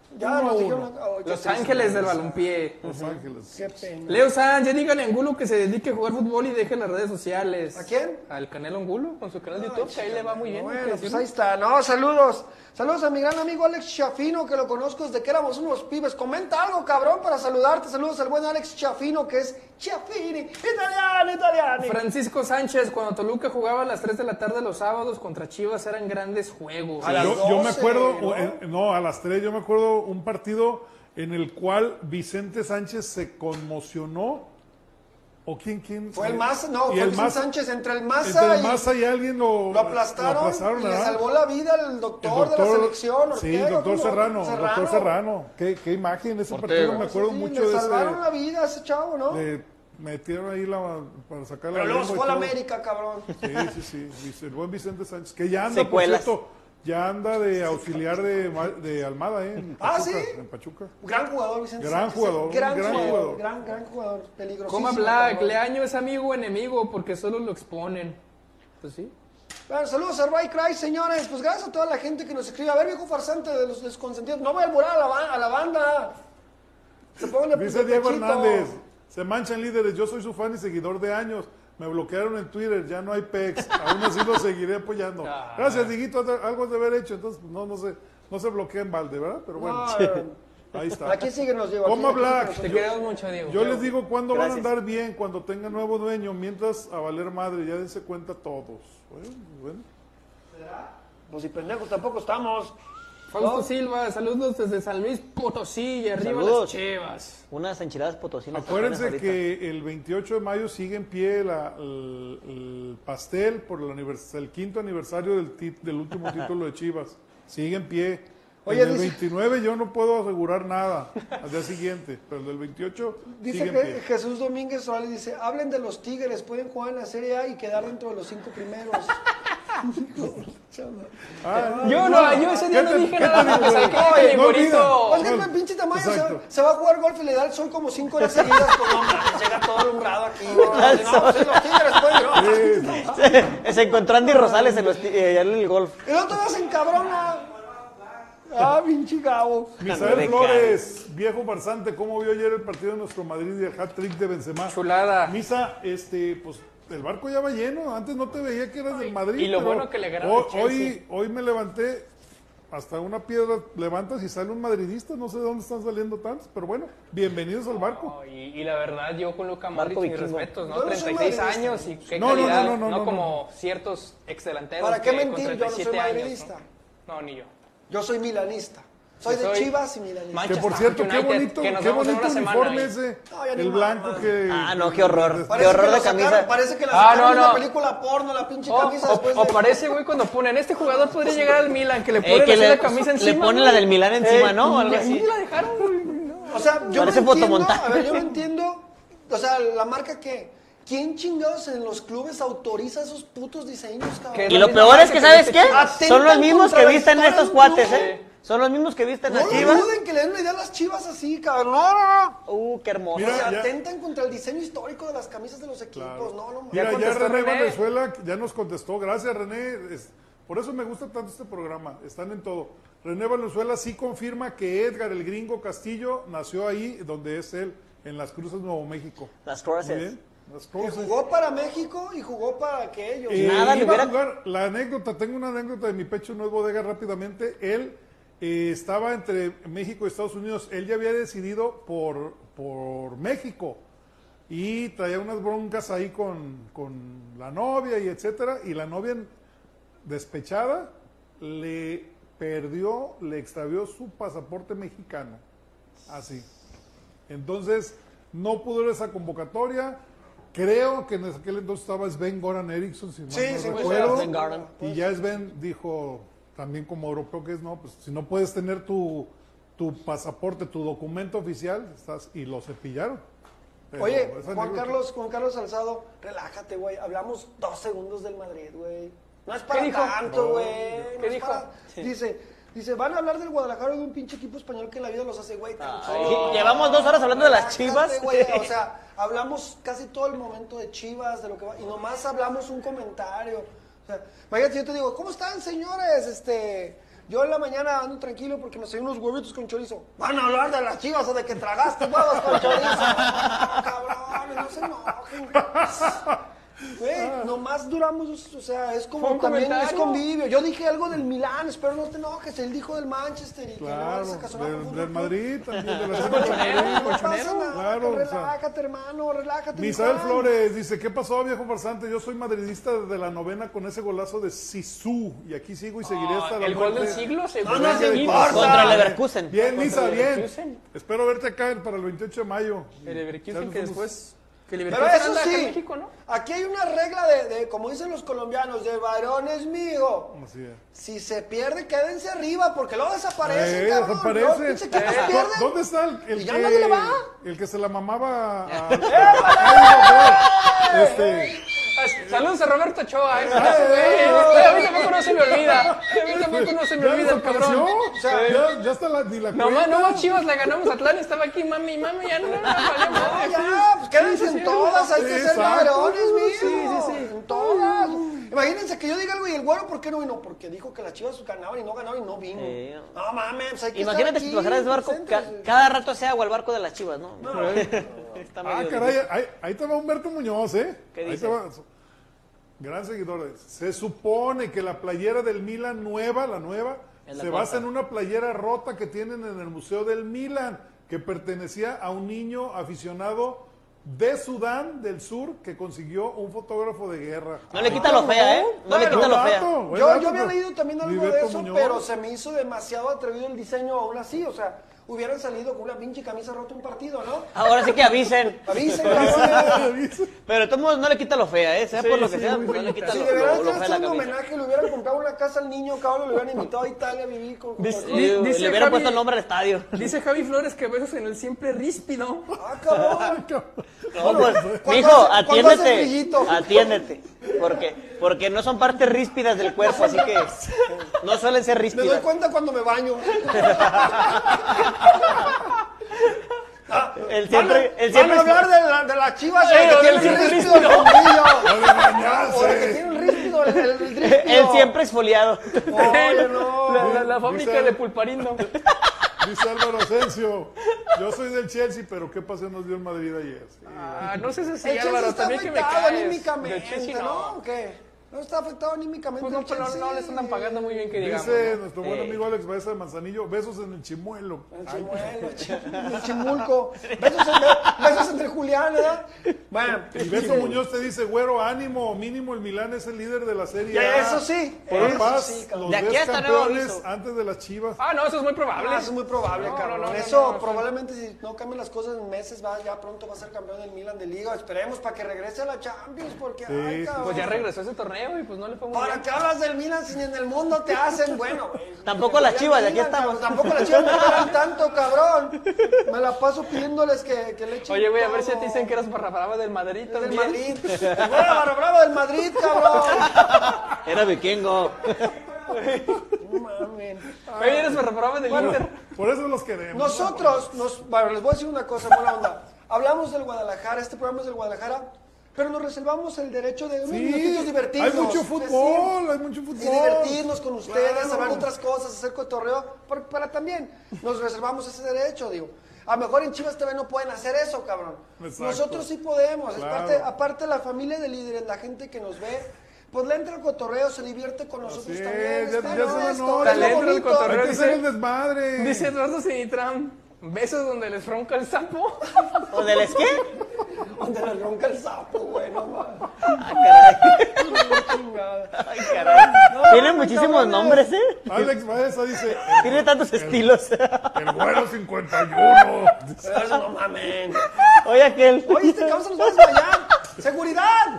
Ya nos 1-1. dijeron. Qué Los triste. Ángeles del balompié. Los Ángeles. Qué pena. Leo Sanz, ya díganle a Angulo que se dedique a jugar fútbol y deje las redes sociales. ¿A quién? Al Canelo Angulo, con su canal de YouTube, que ahí le va muy bien. hay que Bueno, pues decirlo. ahí está. No, saludos. Saludos a mi gran amigo Alex Chafino, que lo conozco desde que éramos unos pibes. Comenta algo, cabrón, para saludarte. Saludos al buen Alex Chafino, que es Chafini. Italiano. Francisco Sánchez, cuando Toluca jugaba a las 3 de la tarde los sábados contra Chivas, eran grandes juegos. A las Yo me 12, acuerdo, ¿no? a las 3, yo me acuerdo un partido en el cual Vicente Sánchez se conmocionó. ¿O quién? Fue el Maza, no, Y fue el Vicente Maza- Sánchez entre el Entre Maza el Maza y alguien lo aplastaron y le ¿verdad? salvó la vida al doctor, de la selección. Sí, Ortega, doctor ¿cómo? Serrano. Doctor Serrano. Qué imagen ese partido, me acuerdo Sí, mucho le de salvaron la ese. vida a ese chavo, ¿no? Le metieron ahí para sacar la Pero luego lengua se y fue a la todo. América, cabrón. Sí. El buen Vicente Sánchez, que ya anda, Secuelas. por cierto, ya anda de auxiliar de Almada, en Pachuca, ¿sí? en Pachuca. Gran jugador, Vicente Gran Sánchez. jugador, Gran gran jugador. jugador. Gran jugador. Peligrosísimo. Coma Black, cabrón. Leaño es amigo o enemigo porque solo lo exponen. Pues sí. Bueno, saludos a Ray Cry, señores. Pues gracias a toda la gente que nos escribe. A ver, viejo farsante de los desconsentidos. No voy a alborar a la banda. Se pongan Dice Diego Hernández, se manchan líderes, yo soy su fan y seguidor de años. Me bloquearon en Twitter, ya no hay pex. Aún así lo seguiré apoyando. Gracias, Diguito, algo has de haber hecho. Entonces, no se bloquea en balde, ¿verdad? Pero bueno, ahí está. Aquí síguenos, Diego. Coma aquí Black. síguenos. Te queremos mucho, Diego. Yo les digo cuándo van a Gracias. andar bien, cuando tengan nuevo dueño, mientras a valer madre, ya dense cuenta todos. Bueno. Pues si pendejos tampoco estamos. Fausto ¿no? Silva, saludos desde San Luis Potosí y arriba Saludos. las Chivas. Unas enchiladas potosinas. Acuérdense apenas ahorita. que el 28 de mayo sigue en pie el pastel por el quinto aniversario del último título de Chivas. Sigue en pie. Oye, el del dice- 29 yo no puedo asegurar nada al día siguiente, pero el del 28 Dice sigue en que pie. Jesús Domínguez Solís dice, hablen de los Tigres, pueden jugar en la Serie A y quedar dentro de los 5 primeros. Yo ese día no dije nada porque saqué Oye, el no bonito. Es que el pinche tamaño Exacto. se va a jugar golf y le da el sol como 5 horas seguidas. Pues no, mames, llega todo alumbrado aquí. No, pues, los Tigres pueden, ¿no? Se encontró Andy Rosales allá en el golf. Y no te vas en cabrona. Ah, pinche Gabo. Misael de Flores, viejo farsante, ¿cómo vio ayer el partido de nuestro Madrid y el hat-trick de Benzema? Chulada. Misa, pues el barco ya va lleno. Antes no te veía que eras del Madrid. Y lo pero bueno que le ganaron al Chelsea. hoy me levanté, hasta una piedra levantas y sale un madridista. No sé de dónde están saliendo tantos, pero bueno, bienvenidos al barco. No, y la verdad, yo con Luka Marco Modric, mis Vikingo. respetos, ¿no? Yo no soy 36 madridista. años y qué No, no, calidad, no, como ciertos exdelanteros ¿Para qué que mentir? con Yo no soy 37 años, madridista. No, ni yo. Yo soy milanista. Soy de Soy Chivas y milanista. Que Manchester por cierto, qué United, bonito, que nos qué vemos en bonito una semana uniforme ahí. ese. No, ya ni El blanco mames. que. Ah, no, qué horror. Parece Qué horror que de lo sacaron, camisa. Parece que la Ah, sacaron no, de una no. película porno, la pinche O, camisa después de... o parece, güey, cuando ponen, este jugador podría llegar al Milan, que le ponen que así le- la camisa encima. le ponen güey. la del Milán encima, ¿no? O algo y así. la dejaron, güey. No. O sea, yo Parece no entiendo, fotomontaje. a ver, yo no entiendo, o sea, la marca que, ¿quién chingados en los clubes autoriza esos putos diseños, cabrón? Que- Y lo peor es que, ¿sabes qué? Atentan Son los mismos contra que la visten historia estos de un cuates, club. ¿eh? Son los mismos que visten No a lo Chivas. duden que le den una idea a las Chivas así, cabrón. No. Qué hermoso. Mira, O sea, ya- atentan contra el diseño histórico de las camisas de los equipos. No, no, Mira, ya contestó René René. Valenzuela ya nos contestó. Gracias, René. Por eso me gusta tanto este programa. Están en todo. René Valenzuela sí confirma que Edgar, el gringo Castillo, nació ahí donde es él, en Las Cruces, Nuevo México. Las Muy Cruces. bien. Las Y Cruces. jugó para México y jugó para aquellos. Nada, le iba a hubiera- jugar, la anécdota, tengo una anécdota de mi pecho, no es bodega rápidamente. Él estaba entre México y Estados Unidos. Él ya había decidido por México y traía unas broncas ahí con la novia y etcétera. Y la novia, despechada, le extravió su pasaporte mexicano. Así. Entonces, no pudo ir a esa convocatoria. Creo que en aquel entonces estaba Sven-Goran Eriksson, si mal Sí, no sí, recuerdo. Sven-Goran. Y ya Sven dijo, también como europeo que es, no, pues si no puedes tener tu pasaporte, tu documento oficial, y lo cepillaron. Pero Oye, esa Juan anécdota- Carlos Salzado, relájate, güey. Hablamos 2 segundos del Madrid, güey. No es para ¿Qué dijo? tanto, No, güey. ¿qué No es dijo? para- Dice, van a hablar del Guadalajara de un pinche equipo español que en la vida los hace, güey. Ay, llevamos 2 horas hablando de las Chivas. Güey, o sea, hablamos casi todo el momento de Chivas, de lo que va, y nomás hablamos un comentario. O sea, imagínate, yo te digo, ¿cómo están, señores? Yo en la mañana ando tranquilo porque me salí unos huevitos con chorizo. Van a hablar de las Chivas o de que tragaste huevos con chorizo. Cabrones, no se enojen. Güey, nomás duramos, o sea, es como también es convivio. Yo dije algo del Milán, espero no te enojes. Él dijo del Manchester y claro, que no se casó del Madrid también, de la no pasa nada, claro, relájate, hermano, relájate. Misael Flores dice, ¿qué pasó, viejo farsante? Yo soy madridista desde la 9ª con ese golazo de Sisu y aquí sigo y seguiré hasta la el muerte. gol del siglo, no se importa. Contra el Leverkusen. Bien, Misa, bien. Espero verte acá para el 28 de mayo. El Leverkusen que después... Pero eso sí, México, ¿no? Aquí hay una regla de, como dicen los colombianos, de varones, mijo. Si se pierde, quédense arriba, porque luego desaparecen, cabrón. Desaparece. ¿Dónde está el que se la mamaba a Saludos a Roberto Ochoa. A mí tampoco no se me olvida. El cabrón. O sea, ya está ni la cuenta. No, Chivas le ganamos a Atlanta, estaba aquí, mami, ya no. Ya, pues quédense en todas, hay que ser varones, mijo. Sí. En todas. Imagínense que yo diga algo y el Güero, ¿por qué no vino? Porque dijo que las Chivas ganaban y no vino. No mames, hay que imagínate si te bajaras de barco, cada rato hace agua el barco de las Chivas, ¿no? Caray, ahí te va Humberto Muñoz, ¿Qué ahí dice? te va. Gran seguidor. Se supone que la playera del Milan nueva, se basa en una playera rota que tienen en el Museo del Milan, que pertenecía a un niño aficionado de Sudán del Sur que consiguió un fotógrafo de guerra. No le quita lo fea, No le quita lo fea. Yo había leído también algo de eso, pero se me hizo demasiado atrevido el diseño aún así, o sea, hubieran salido con una pinche camisa rota un partido, ¿no? Ahora sí que avisen. Avisen. Pero de todos modos no le quita lo fea, sea por lo que sea, no le quita lo fea la camisa. Un homenaje, le hubieran comprado una casa al niño, cabrón, le hubieran invitado a Italia a vivir con... Le hubieran puesto el nombre al estadio. Dice Javi Flores que besos en el siempre ríspido. Cabrón. No, pues, mijo, atiéndete. Porque no son partes ríspidas del cuerpo, así que no suelen ser ríspidas. Me doy cuenta cuando me baño. Van a hablar de las Chivas que tiene el ríspido el fundillo. O de que tiene el ríspido el ríspido. El siempre exfoliado. Oye, no. La fábrica de Pulparindo. Dice Álvaro Asensio, yo soy del Chelsea, pero ¿qué pasó nos dio el Madrid ayer? Sí. No sé si el Álvaro, está también que me afectado caes. anímicamente, ¿no? ¿Qué? No está afectado anímicamente. Pues no le están pagando muy bien que digamos. Dice nuestro buen amigo Alex Baeza de Manzanillo, besos en el chimuelo. En el chimulco. Besos entre Julián, ¿verdad? Bueno. Y Beso Muñoz te dice, güero, ánimo, mínimo el Milán es el líder de la Serie A. Eso sí. Por paz, los de aquí 10 hasta nuevo campeones aviso. antes de las Chivas. No, eso es muy probable. Eso es muy probable, cabrón. Eso probablemente si no cambian las cosas en meses, ya pronto va a ser campeón del Milan de Liga. Esperemos para que regrese a la Champions, porque cabrón. Pues ya regresó ese torneo y pues no le fue muy ¿Para bien. qué hablas del Milan si ni en el mundo te hacen? Bueno, tampoco las Chivas, de aquí estamos. Tampoco las Chivas me pagan tanto, cabrón. Me la paso pidiéndoles que le echen. Oye, güey, a ver si te dicen que eras barra brava del Madrid también. Del Madrid. Era barra brava del Madrid, cabrón. Era vikingo. No mames. Oye, eres barra brava del Inter. Por eso los queremos. Nosotros, bueno, les voy a decir una cosa, buena onda. Hablamos del Guadalajara, este programa es del Guadalajara. Pero nos reservamos el derecho de unos minutitos divertirnos. Hay mucho fútbol, Y divertirnos con ustedes, hablar de otras cosas, hacer cotorreo, para también. Nos reservamos ese derecho, digo. A lo mejor en Chivas TV no pueden hacer eso, cabrón. Exacto. Nosotros sí podemos. Claro. Aparte la familia de líderes, la gente que nos ve, pues le entra el cotorreo, se divierte con nosotros también. Ya se la Está le entra el cotorreo. Hay que hacer el desmadre. Dice Eduardo Sinitram, besos donde les ronca el sapo. ¿Donde les qué? Donde les ronca el sapo, güey, no mames. Ay, caray. Tiene muchísimos nombres, Alex Baeza dice, tiene tantos estilos. el güero 51. Eso no mames. Oye, aquel. Oye, este cabrón se nos va a desmayar. ¡Seguridad!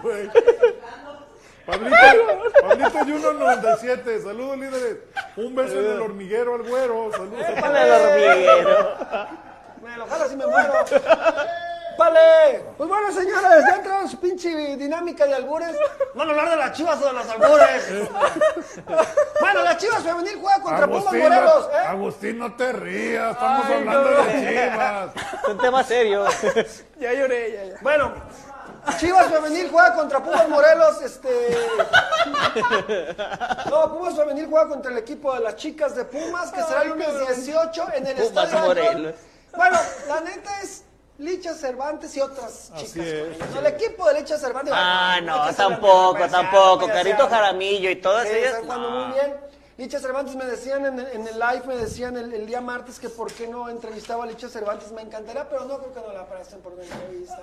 Pablito Juno 97, saludos líderes. Un beso en el hormiguero al güero. Saludos. Para el hormiguero. Me lo jalo si me muero. ¡Vale! Pues bueno, señores, ya entramos en su pinche dinámica de albures. Van a hablar de las Chivas o de los albures. Bueno, las Chivas femenil juega contra Pumas Morelos, ¿eh? Agustín, no te rías, estamos hablando de las Chivas. Es un tema serio. Ya lloré, ya. Bueno, Chivas femenil juega contra Pumas Morelos, No, Pumas Femenil juega contra el equipo de las chicas de Pumas, que será el lunes 18 en el Pumas Estadio Morelos. Bueno, la neta es Licha Cervantes y otras Así chicas. es. No, el equipo de Licha Cervantes. No, Licha tampoco, Cervantes, tampoco. ya, Carito ya. Jaramillo y todas Sí, ellas. están jugando muy bien. Licha Cervantes me decían en el live, me decían el día martes que por qué no entrevistaba a Licha Cervantes. Me encantaría, pero no creo que no la presten por una entrevista.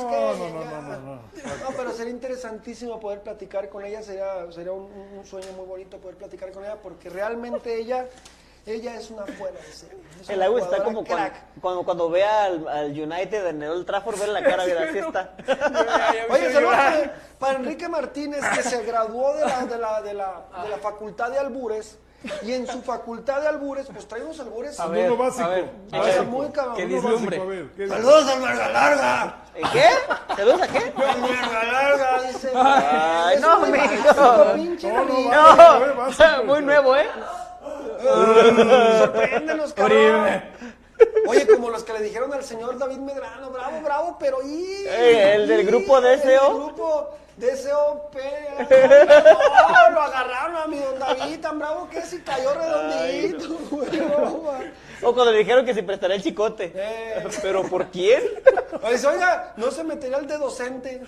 No, pero sería interesantísimo poder platicar con ella. Sería un sueño muy bonito poder platicar con ella, porque realmente ella es una fuera de serie. El agua está como cuando ve al United en el Old Trafford, ve la cara, mira, así está. Oye, saludos para Enrique Martínez, que se graduó de la facultad de albures, y en su facultad de albures, pues trae unos albures Uno básico. muy cabrón. Que Uno dislumbre. básico, a ver, ¿qué dice? Saludos al Verga Larga. ¿Qué? ¿Saludos a qué? Al Verga Larga, dice. Ay, Es no, muy mijo. básico, pinche No, Enrique. No, muy nuevo, ¿eh? Sorpréndenos, cabrón. Oye, como los que le dijeron al señor David Medrano, bravo, pero El del grupo DSO. El grupo DSOP. No, lo agarraron a mi don David, tan bravo que es y cayó redondito, güey. O cuando le dijeron que se prestaría el chicote. ¿Pero por quién? Oiga, no se metería el de docente.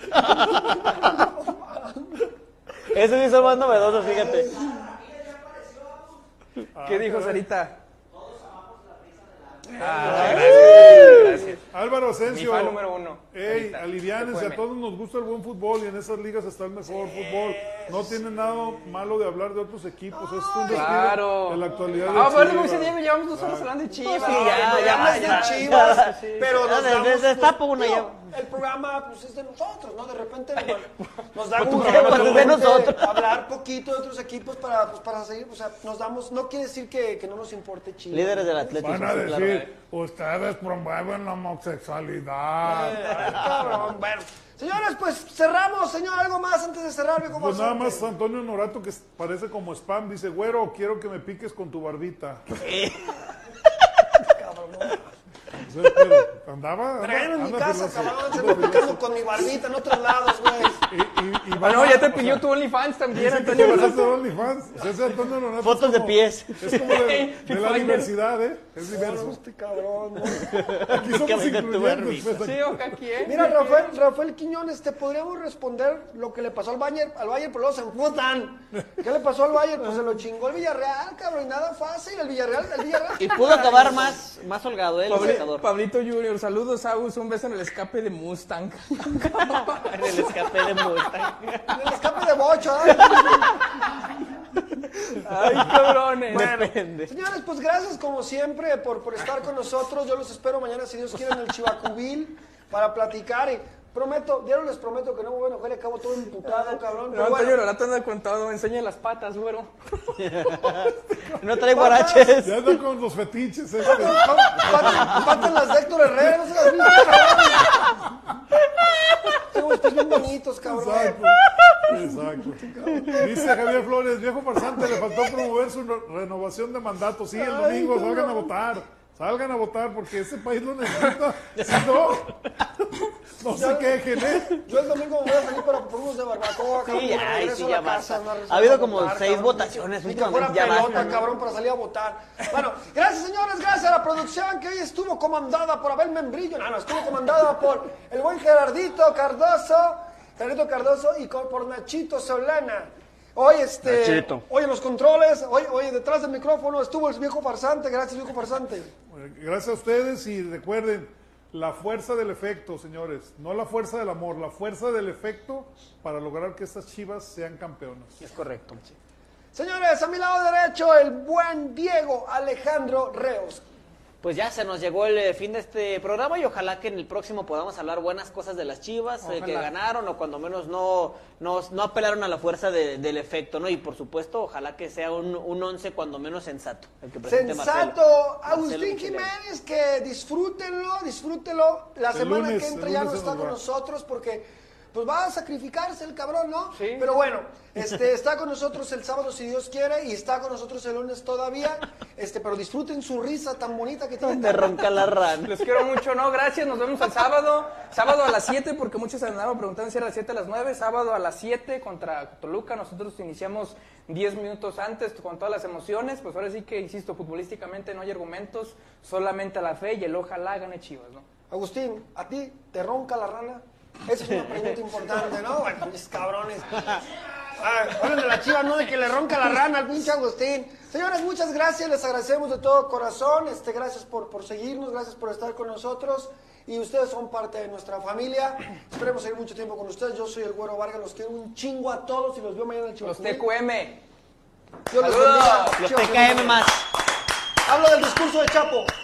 Eso sí son más novedosos, fíjate. ¿Qué dijo Sarita? Gracias. Álvaro Asensio. Mi fan número 1. Ey, aliviánense, a todos nos gusta el buen fútbol y en esas ligas está el mejor fútbol. No tiene nada malo de hablar de otros equipos, es un despido claro. en la actualidad de Pero como Chivas. dice Diego, llevamos 2 horas hablando de Chivas. Sí, Ya, Chivas, pero nos damos, destapa una no, ya. el programa pues es de nosotros, ¿no? De repente nos da tu gusto programa de es de repente nosotros. hablar poquito de otros equipos para seguir, o sea, nos damos, no quiere decir que no nos importe Chivas. Líderes del Atlético. Van a sí, claro. decir, ustedes promueven la homosexualidad. Ay, cabrón, bueno. Señores, pues cerramos, señor, algo más antes de cerrar, viejo Pues nada farsante? más Antonio Norato, que parece como spam, dice, güero, quiero que me piques con tu barbita. O sea, pero andaba Tráeme en mi anda casa, filoso, cabrón, se anda me pican filoso. con mi barbita en otros lados, güey. Y Bueno, ya te pidió tu OnlyFans también, Dice que Antonio. te vas a hacer OnlyFans. O sea, ese Antonio Norato Fotos es de como- pies. Es como de la diversidad, ¿eh? Es diverso. Este cabrón, ¿no? Aquí somos Pícame con tu incluyentes. barbita. pues, Sí, o quién. Mira, Rafael Quiñones, te podríamos responder lo que le pasó al Bayern, pero luego se emputan. ¿Qué le pasó al Bayern? Pues se lo chingó el Villarreal, cabrón, y nada fácil, el Villarreal. Y pudo acabar más holgado, el marcador. Pablito Junior, saludos, Agus, un beso en el escape de Mustang. En el escape de Mustang. El escape de bocho, ¿eh? Ay, cabrones. Depende. Señores, pues gracias como siempre por estar con nosotros. Yo los espero mañana, si Dios quiere, en el Chivacubil para platicar. Y diario les prometo que no me voy a enojar y acabo todo imputado, cabrón. No, Pero Antonio bueno, Lorato anda con todo, enseña las patas, güero. No trae guaraches. Ya anda con los fetiches. patas las de Héctor Herrera, no se las viste, cabrón. Tengo unos pies bien bonitos, cabrón. Exacto. Dice Javier Flores, viejo farsante, le faltó promover su renovación de mandato. Sí, el domingo Ay, salgan a cabrón. votar. Salgan a votar porque ese país lo necesita. Si no se quejen, ¿eh? Yo el domingo me voy a salir para por unos de barbacoa, cabrón. Sí, cuando ay, regreso sí, a ya la casa, basta. no Ha habido regreso a como votar, 6 cabrón. votaciones Ni que fuera últimamente, ya pelota, basta. cabrón, para salir a votar. Bueno, gracias, señores, gracias a la producción que hoy estuvo comandada por Abel Membrillo. No, estuvo comandada por el buen Gerardito Cardoso y por Nachito Solana. Hoy, hoy en los controles, hoy detrás del micrófono estuvo el viejo farsante. Gracias, viejo farsante. Gracias a ustedes y recuerden, la fuerza del efecto, señores. No la fuerza del amor, la fuerza del efecto para lograr que estas Chivas sean campeonas. Es correcto. Señores, a mi lado derecho, el buen Diego Alejandro Reos. Pues ya se nos llegó el fin de este programa y ojalá que en el próximo podamos hablar buenas cosas de las Chivas, que ganaron o cuando menos no apelaron a la fuerza del efecto, ¿no? Y por supuesto, ojalá que sea un 11 cuando menos sensato. El que presente Sensato, Marcelo Agustín Michelena. Jiménez, que disfrútenlo. La semana lunes, que entra el ya lunes no se está nos con va. nosotros porque pues va a sacrificarse el cabrón, ¿no? Sí. Pero bueno, está con nosotros el sábado si Dios quiere y está con nosotros el lunes todavía, pero disfruten su risa tan bonita que tiene. Donde ronca la rana. Les quiero mucho, ¿no? Gracias, nos vemos el sábado. Sábado a las 7, porque muchos andaban preguntando si era a las 7 a las 9. Sábado a las 7 contra Toluca. Nosotros iniciamos 10 minutos antes con todas las emociones. Pues ahora sí que, insisto, futbolísticamente no hay argumentos, solamente la fe y el ojalá gane Chivas, ¿no? Agustín, ¿a ti te ronca la rana? Esa es una pregunta importante, ¿no? Bueno, mis cabrones. Hablan de la Chiva, no de que le ronca la rana al pinche Agustín. Señores, muchas gracias, les agradecemos de todo corazón. Gracias por seguirnos, gracias por estar con nosotros. Y ustedes son parte de nuestra familia. Esperemos seguir mucho tiempo con ustedes. Yo soy el Güero Vargas, los quiero un chingo a todos y los veo mañana en el Chiva. Los TQM. Dios los bendiga. Los TKM más. Hablo del discurso de Chapo.